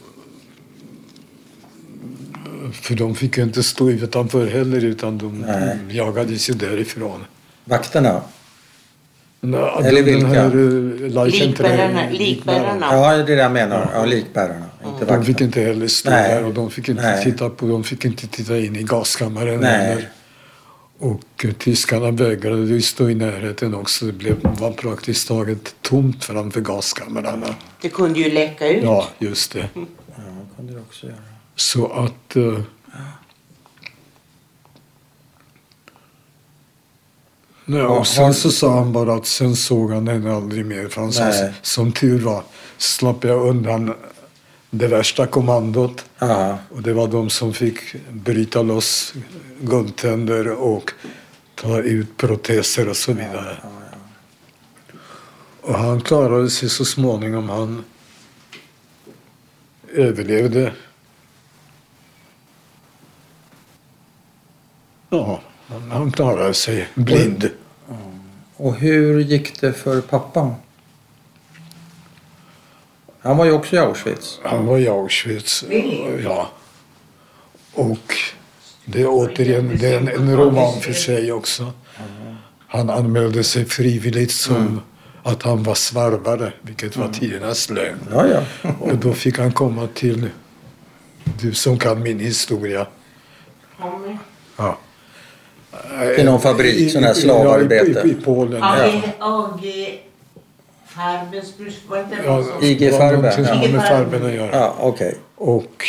[SPEAKER 1] För de fick ju inte stå utanför heller utan de
[SPEAKER 2] Nej.
[SPEAKER 1] jagades ju därifrån.
[SPEAKER 2] Vakterna?
[SPEAKER 1] Nej,
[SPEAKER 2] Eller
[SPEAKER 1] den
[SPEAKER 2] vilka?
[SPEAKER 1] här, uh,
[SPEAKER 3] Likbärarna. Likbärarna.
[SPEAKER 2] Ja, det är det jag menar. Ja, likbärarna. Inte
[SPEAKER 1] De
[SPEAKER 2] vakterna.
[SPEAKER 1] fick inte heller stå
[SPEAKER 2] Nej.
[SPEAKER 1] där och de fick inte
[SPEAKER 2] Nej.
[SPEAKER 1] titta på, de fick inte titta in i gaskammaren
[SPEAKER 2] Nej.
[SPEAKER 1] heller. Och uh, tyskarna vägrade ju stå i närheten också. Det blev, var praktiskt taget tomt framför gaskamrarna.
[SPEAKER 3] Det kunde ju läcka ut.
[SPEAKER 1] Ja, just det.
[SPEAKER 2] Ja, det kunde det också göra.
[SPEAKER 1] Så att... Uh, nej, och sen så sa han bara att sen såg han henne aldrig mer. För han sa,
[SPEAKER 2] Nej.
[SPEAKER 1] som tur var slapp jag undan det värsta kommandot.
[SPEAKER 2] Ja.
[SPEAKER 1] Och det var de som fick bryta loss guldtänder och ta ut proteser och så vidare.
[SPEAKER 2] Ja, ja.
[SPEAKER 1] Och han klarade sig så småningom. Han överlevde. Ja, han, han klarade sig blind.
[SPEAKER 2] Och hur gick det för pappan? Han var ju också i Auschwitz.
[SPEAKER 1] Han var i Auschwitz.
[SPEAKER 3] Really?
[SPEAKER 1] Ja. Och det är återigen det är en, en roman för sig också. Han anmälde sig frivilligt som
[SPEAKER 2] Mm.
[SPEAKER 1] att han var svarvare, vilket var tidernas lögn.
[SPEAKER 2] Ja, ja.
[SPEAKER 1] Och då fick han komma till, du som kan min historia.
[SPEAKER 3] Kommer.
[SPEAKER 1] Ja.
[SPEAKER 2] Till någon fabrik,
[SPEAKER 1] I-
[SPEAKER 2] sån här
[SPEAKER 1] i-
[SPEAKER 2] slavarbete.
[SPEAKER 1] Ja, i, i, i Polen.
[SPEAKER 3] A
[SPEAKER 1] Ja.
[SPEAKER 3] G, A G Farbens brus, var inte det
[SPEAKER 1] Ja,
[SPEAKER 3] någon som...
[SPEAKER 2] I G
[SPEAKER 1] det var
[SPEAKER 2] Farben,
[SPEAKER 1] någonting som
[SPEAKER 2] ja.
[SPEAKER 1] har med
[SPEAKER 3] I G Farben.
[SPEAKER 1] farben att göra.
[SPEAKER 2] Ja, okej.
[SPEAKER 1] Och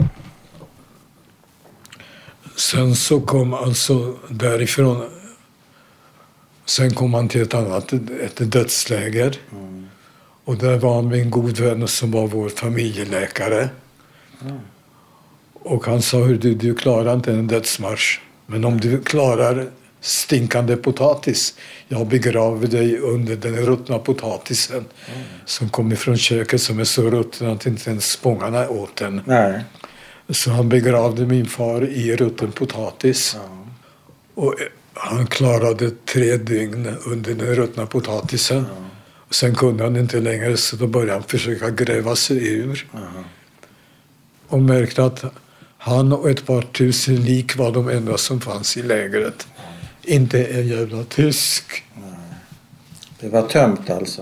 [SPEAKER 1] sen så kom alltså därifrån. Sen kom han till ett annat ett dödsläger.
[SPEAKER 2] Mm.
[SPEAKER 1] Och där var han med en god vän som var vår familjeläkare.
[SPEAKER 2] Mm.
[SPEAKER 1] Och han sa, hur du, du klarar inte en dödsmarsch. Men om du klarar stinkande potatis. Jag begraver dig under den ruttna potatisen.
[SPEAKER 2] Mm.
[SPEAKER 1] Som kommer från köket som är så rutten att inte ens spångarna åt den.
[SPEAKER 2] Nej.
[SPEAKER 1] Så han begravde min far i rutten potatis.
[SPEAKER 2] Ja.
[SPEAKER 1] Och han klarade tre dygn under den ruttna potatisen.
[SPEAKER 2] Ja.
[SPEAKER 1] Och sen kunde han inte längre så då började han försöka gräva sig ur.
[SPEAKER 2] Ja.
[SPEAKER 1] Och märkte att han och ett par tusen lik var de enda som fanns i lägret. Inte en jävla tysk.
[SPEAKER 2] Det var tömt alltså.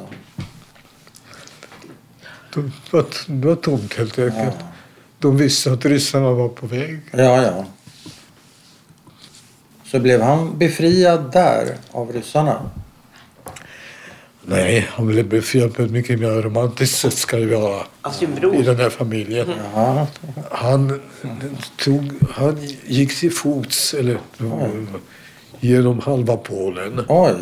[SPEAKER 1] De var, det var tomt helt enkelt.
[SPEAKER 2] Ja.
[SPEAKER 1] De visste att ryssarna var på väg.
[SPEAKER 2] Ja, ja. Så blev han befriad där av ryssarna?
[SPEAKER 1] Nej, han ville befriad på ett mycket mer romantiskt sätt ska det vara
[SPEAKER 3] Av sin
[SPEAKER 1] i
[SPEAKER 3] bror.
[SPEAKER 1] den här familjen.
[SPEAKER 2] Ja.
[SPEAKER 1] Han, tog, han gick till fots eller, genom halva Polen
[SPEAKER 2] Oj.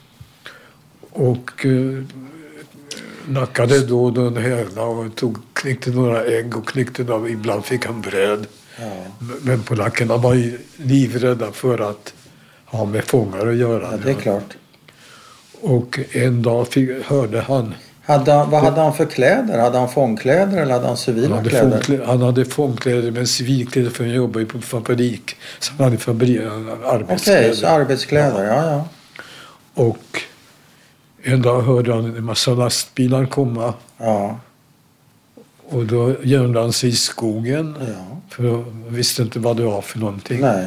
[SPEAKER 1] och eh, nackade då den hela och tog, knyckte några ägg och knyckte dem. Ibland fick han bröd.
[SPEAKER 2] Ja.
[SPEAKER 1] Men polackerna var ju livrädda för att ha med fångar att göra.
[SPEAKER 2] Ja, det är klart.
[SPEAKER 1] Och en dag fick, hörde han
[SPEAKER 2] Hade han, vad hade han för kläder? Hade han fångkläder eller hade han
[SPEAKER 1] Han
[SPEAKER 2] civila
[SPEAKER 1] hade,
[SPEAKER 2] kläder?
[SPEAKER 1] fångkläder, han hade fångkläder men civilkläder för han jobbade på fabrik. Så han hade fabrik, arbetskläder.
[SPEAKER 2] Okej, så arbetskläder. Ja, ja.
[SPEAKER 1] Och en dag hörde han en massa lastbilar komma.
[SPEAKER 2] Ja.
[SPEAKER 1] Och då gömde han sig i skogen.
[SPEAKER 2] Ja.
[SPEAKER 1] För han visste inte vad det var för någonting.
[SPEAKER 2] Nej.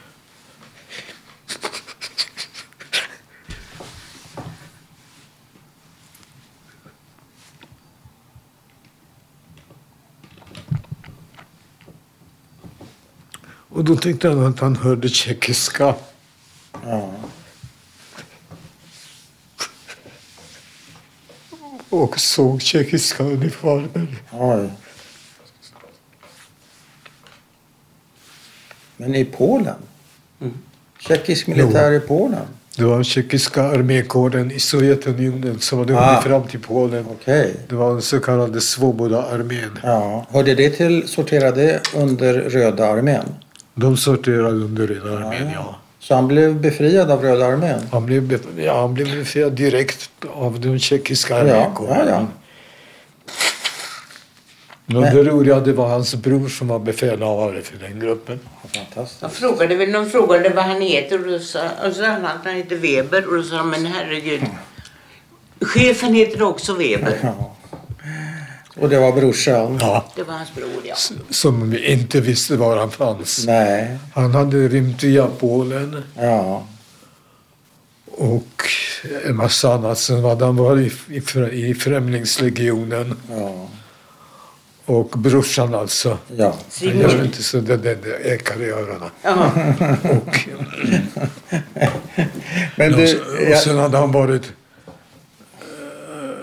[SPEAKER 1] Och då tyckte han att han hörde tjeckiska.
[SPEAKER 2] Ja.
[SPEAKER 1] Och såg tjeckiska uniformer.
[SPEAKER 2] Oj. Men i Polen?
[SPEAKER 3] Mm.
[SPEAKER 2] Tjeckisk militär
[SPEAKER 1] Jo.
[SPEAKER 2] i Polen?
[SPEAKER 1] Det var tjeckiska armékåren i Sovjetunionen som hade
[SPEAKER 2] Ah.
[SPEAKER 1] hunnit fram till Polen.
[SPEAKER 2] Okej.
[SPEAKER 1] Det var den så kallade Svoboda-armén.
[SPEAKER 2] Ja. Hörde det till, sorterade under Röda armén?
[SPEAKER 1] De sorterade under Röda armén, ja.
[SPEAKER 2] Så han blev befriad av Röda armén?
[SPEAKER 1] Han blev, bef- ja, han blev befriad direkt av den tjekiska
[SPEAKER 2] Ja,
[SPEAKER 1] armékåren.
[SPEAKER 2] ja, ja.
[SPEAKER 1] Men det roliga, det var hans bror som var befälhavare för den gruppen.
[SPEAKER 2] Fantastiskt.
[SPEAKER 3] Jag frågade väl, de frågade vad han heter och då sa, och så han att han heter Weber och då sa han, men herregud. Chefen heter också Weber.
[SPEAKER 2] Ja. Och det var brorsan?
[SPEAKER 1] Ja,
[SPEAKER 3] Det var hans bror, ja.
[SPEAKER 1] s- som vi inte visste var han fanns.
[SPEAKER 2] Nej.
[SPEAKER 1] Han hade rymt via Polen
[SPEAKER 2] Ja.
[SPEAKER 1] och en massa annat. Sen hade han varit i, i, frä- i Främlingslegionen.
[SPEAKER 2] Ja.
[SPEAKER 1] Och brorsan alltså.
[SPEAKER 2] Ja.
[SPEAKER 1] Han
[SPEAKER 3] Simon.
[SPEAKER 1] gör inte så det, det, det ekar i öronen.
[SPEAKER 3] Ja.
[SPEAKER 1] Och,
[SPEAKER 2] Men
[SPEAKER 1] och,
[SPEAKER 2] du,
[SPEAKER 1] så- och
[SPEAKER 2] jag,
[SPEAKER 1] sen hade han varit... eh,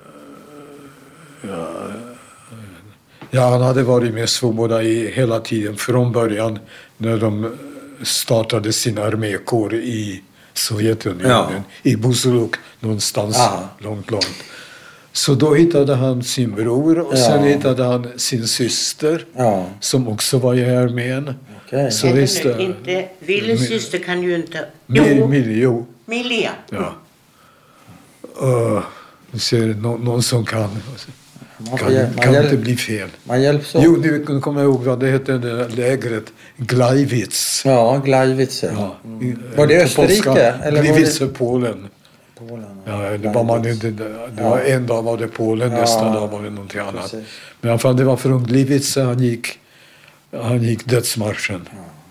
[SPEAKER 1] Ja, ja, han hade varit med Svoboda i hela tiden från början när de startade sin armékår i Sovjetunionen. I Buzuluk, någonstans
[SPEAKER 2] Aha.
[SPEAKER 1] långt, långt. Så då hittade han sin bror och
[SPEAKER 2] Ja.
[SPEAKER 1] sen hittade han sin syster
[SPEAKER 2] ja,
[SPEAKER 1] som också var i armén.
[SPEAKER 2] okej.
[SPEAKER 1] Så
[SPEAKER 3] Eller
[SPEAKER 1] visst,
[SPEAKER 3] nu,
[SPEAKER 1] eh,
[SPEAKER 3] inte, Willes syster kan ju inte...
[SPEAKER 1] Mil,
[SPEAKER 3] Jo,
[SPEAKER 1] mil, jo.
[SPEAKER 3] Milja.
[SPEAKER 1] Ja. Uh, du ser nå- någon som kan.
[SPEAKER 2] Man,
[SPEAKER 1] Kan,
[SPEAKER 2] hjäl- man,
[SPEAKER 1] kan inte
[SPEAKER 2] hjälp,
[SPEAKER 1] bli fel.
[SPEAKER 2] man hjälps åt.
[SPEAKER 1] Jo, nu kommer jag ihåg vad det hette, det där lägret. Gleiwitz.
[SPEAKER 2] Ja, Gleiwitz. Ja.
[SPEAKER 1] Ja.
[SPEAKER 2] Mm. Var det
[SPEAKER 1] På
[SPEAKER 2] Österrike,
[SPEAKER 1] polska.
[SPEAKER 2] eller var
[SPEAKER 1] Gleiwitz
[SPEAKER 2] det-
[SPEAKER 1] är Polen.
[SPEAKER 2] Polen.
[SPEAKER 1] Ja, det var man
[SPEAKER 2] Gleiwitz.
[SPEAKER 1] inte. Det
[SPEAKER 2] Ja.
[SPEAKER 1] var en dag var det Polen,
[SPEAKER 2] Ja.
[SPEAKER 1] nästa dag var det någonting annat.
[SPEAKER 2] Precis.
[SPEAKER 1] Men i alla fall, det var från Gleiwitz han gick, han gick dödsmarschen.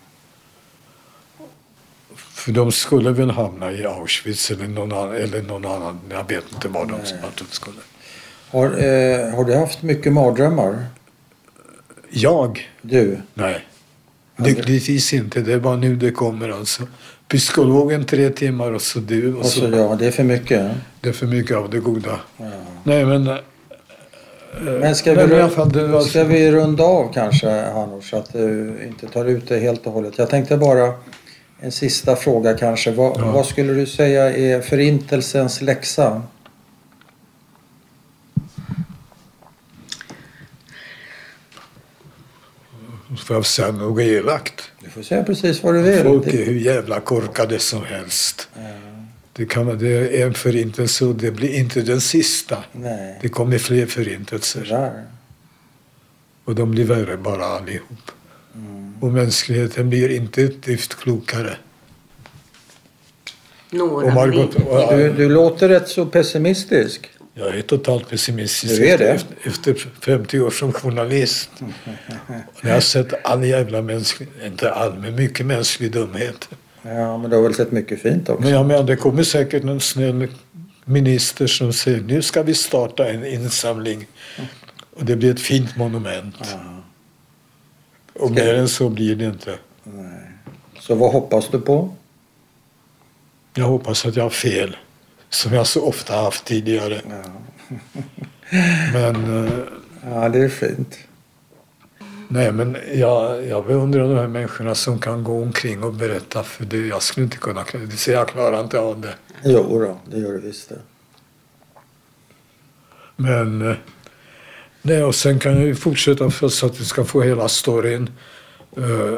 [SPEAKER 1] För de skulle väl hamna i Auschwitz eller någon annan, eller någon annan. Jag vet inte vad de, vart de skulle.
[SPEAKER 2] Har, eh, har du haft mycket mardrömmar?
[SPEAKER 1] Jag?
[SPEAKER 2] Du?
[SPEAKER 1] Nej. Lyckligtvis inte. Det är bara nu det kommer alltså. Psykologen tre timmar och så du. Och
[SPEAKER 2] Och så,
[SPEAKER 1] så.
[SPEAKER 2] ja, det är för mycket.
[SPEAKER 1] Det är för mycket av det goda.
[SPEAKER 2] Ja.
[SPEAKER 1] Nej men... eh,
[SPEAKER 2] Men ska
[SPEAKER 1] nej,
[SPEAKER 2] vi,
[SPEAKER 1] men i alla fall, det var-
[SPEAKER 2] ska vi runda av kanske, Hanor, så att du inte tar ut det helt och hållet. Jag tänkte bara en sista fråga kanske. Vad,
[SPEAKER 1] Ja.
[SPEAKER 2] vad skulle du säga är förintelsens läxa?
[SPEAKER 1] Får jag säga något elakt?
[SPEAKER 2] Du får säga precis vad du vill.
[SPEAKER 1] Folk är
[SPEAKER 2] Det-
[SPEAKER 1] hur jävla korkade som helst.
[SPEAKER 2] Ja,
[SPEAKER 1] Det, kan, man- det är en förintelse och det blir inte den sista.
[SPEAKER 2] nej,
[SPEAKER 1] Det kommer fler förintelser.
[SPEAKER 2] tyvärr.
[SPEAKER 1] Och de blir värre bara allihop.
[SPEAKER 2] Mm.
[SPEAKER 1] Och mänskligheten blir inte ett dyft klokare.
[SPEAKER 3] Några
[SPEAKER 1] Och Margot,
[SPEAKER 3] blir-
[SPEAKER 1] och,
[SPEAKER 2] Du, du låter rätt så pessimistisk.
[SPEAKER 1] jag är totalt pessimistisk
[SPEAKER 2] Du är det?
[SPEAKER 1] efter, efter femtio år som journalist. Och jag har sett all jävla mänsklig, inte all, men mycket mänsklig dumhet.
[SPEAKER 2] Ja, men du har väl sett mycket fint också?
[SPEAKER 1] Men jag menar, det kommer säkert någon snäll minister som säger nu ska vi starta en insamling. Och det blir ett fint monument.
[SPEAKER 2] Ja,
[SPEAKER 1] Och mer än så blir det inte.
[SPEAKER 2] nej. Så vad hoppas du på?
[SPEAKER 1] Jag hoppas att jag har fel. Som jag så ofta haft tidigare.
[SPEAKER 2] Ja,
[SPEAKER 1] Men... eh,
[SPEAKER 2] ja det är fint.
[SPEAKER 1] Nej, men jag, jag beundrar de här människorna som kan gå omkring och berätta. För det, jag skulle inte kunna klara det. Så jag klarar inte av det.
[SPEAKER 2] Jo då, det gör du visst det.
[SPEAKER 1] Men... eh, Nej, och sen kan jag ju fortsätta för så att vi ska få hela storyn. Eh,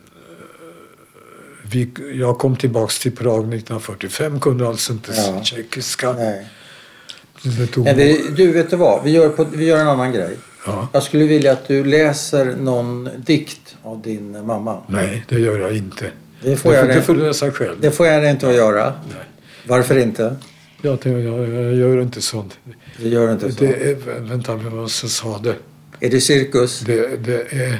[SPEAKER 1] vi, jag kom tillbaks till Prag nittonhundrafyrtiofem. Kunde alltså inte
[SPEAKER 2] Ja.
[SPEAKER 1] tjeckiska.
[SPEAKER 2] Nej.
[SPEAKER 1] Det tog,
[SPEAKER 2] Men vi, du, vet du vad? Vi gör, på, vi gör en annan grej.
[SPEAKER 1] ja.
[SPEAKER 2] Jag skulle vilja att du läser någon dikt av din mamma.
[SPEAKER 1] Nej, det gör jag inte.
[SPEAKER 2] Det får
[SPEAKER 1] det,
[SPEAKER 2] jag
[SPEAKER 1] får,
[SPEAKER 2] det.
[SPEAKER 1] det får du läsa själv.
[SPEAKER 2] Det får jag inte att göra.
[SPEAKER 1] Nej.
[SPEAKER 2] Varför inte?
[SPEAKER 1] Jag, jag, jag gör inte sånt.
[SPEAKER 2] Det gör inte så.
[SPEAKER 1] Det är, vänta, vem var det som sa det?
[SPEAKER 2] Är det cirkus?
[SPEAKER 1] Det, det är...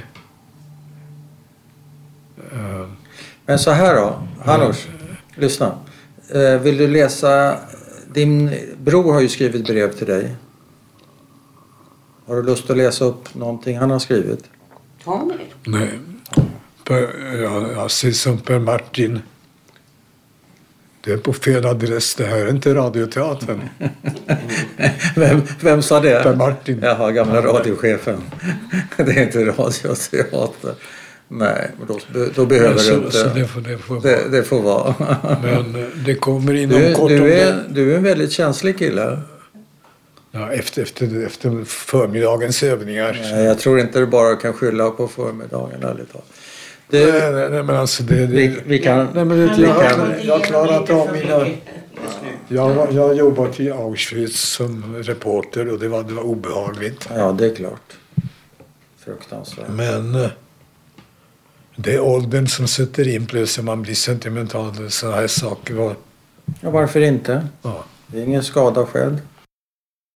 [SPEAKER 1] eh,
[SPEAKER 2] Men så här då, Hanors, lyssna. Eh, vill du läsa, din bror har ju skrivit brev till dig. Har du lust att läsa upp någonting han har skrivit?
[SPEAKER 3] Tommy.
[SPEAKER 1] nej. Per, ja, jag ser som Per Martin. Det är på fel adress. Det här är inte Radioteatern.
[SPEAKER 2] Vem, vem sa det?
[SPEAKER 1] Per Martin.
[SPEAKER 2] Jaha, gamla radiochefen. Det är inte radioteater. Nej, då, då behöver
[SPEAKER 1] så,
[SPEAKER 2] du inte.
[SPEAKER 1] Så det, får, det, får
[SPEAKER 2] det, det får vara.
[SPEAKER 1] Men det kommer inom
[SPEAKER 2] du,
[SPEAKER 1] kort.
[SPEAKER 2] Du är, du är en väldigt känslig kille.
[SPEAKER 1] Ja, efter, efter, efter förmiddagens övningar.
[SPEAKER 2] Nej, jag tror inte du bara kan skylla på förmiddagen. Ärligt talat.
[SPEAKER 1] Det, nej, nej, nej, men alltså det, det,
[SPEAKER 2] vi, vi kan...
[SPEAKER 1] Nej, men det,
[SPEAKER 3] Men
[SPEAKER 1] jag,
[SPEAKER 3] man
[SPEAKER 1] kan,
[SPEAKER 3] får inte
[SPEAKER 1] jag
[SPEAKER 3] ge
[SPEAKER 1] klarat
[SPEAKER 3] dem
[SPEAKER 1] av
[SPEAKER 3] lite
[SPEAKER 1] mina...
[SPEAKER 3] för mycket.
[SPEAKER 1] Jag, jag har jobbat i Auschwitz som reporter och det var, det var obehagligt.
[SPEAKER 2] Ja, det är klart. Fruktansvärt.
[SPEAKER 1] Men eh, det är åldern som sätter in, plötsligt man blir sentimental och sådana här saker. Var,
[SPEAKER 2] Ja, varför inte?
[SPEAKER 1] ja.
[SPEAKER 2] Det är ingen skada skedd.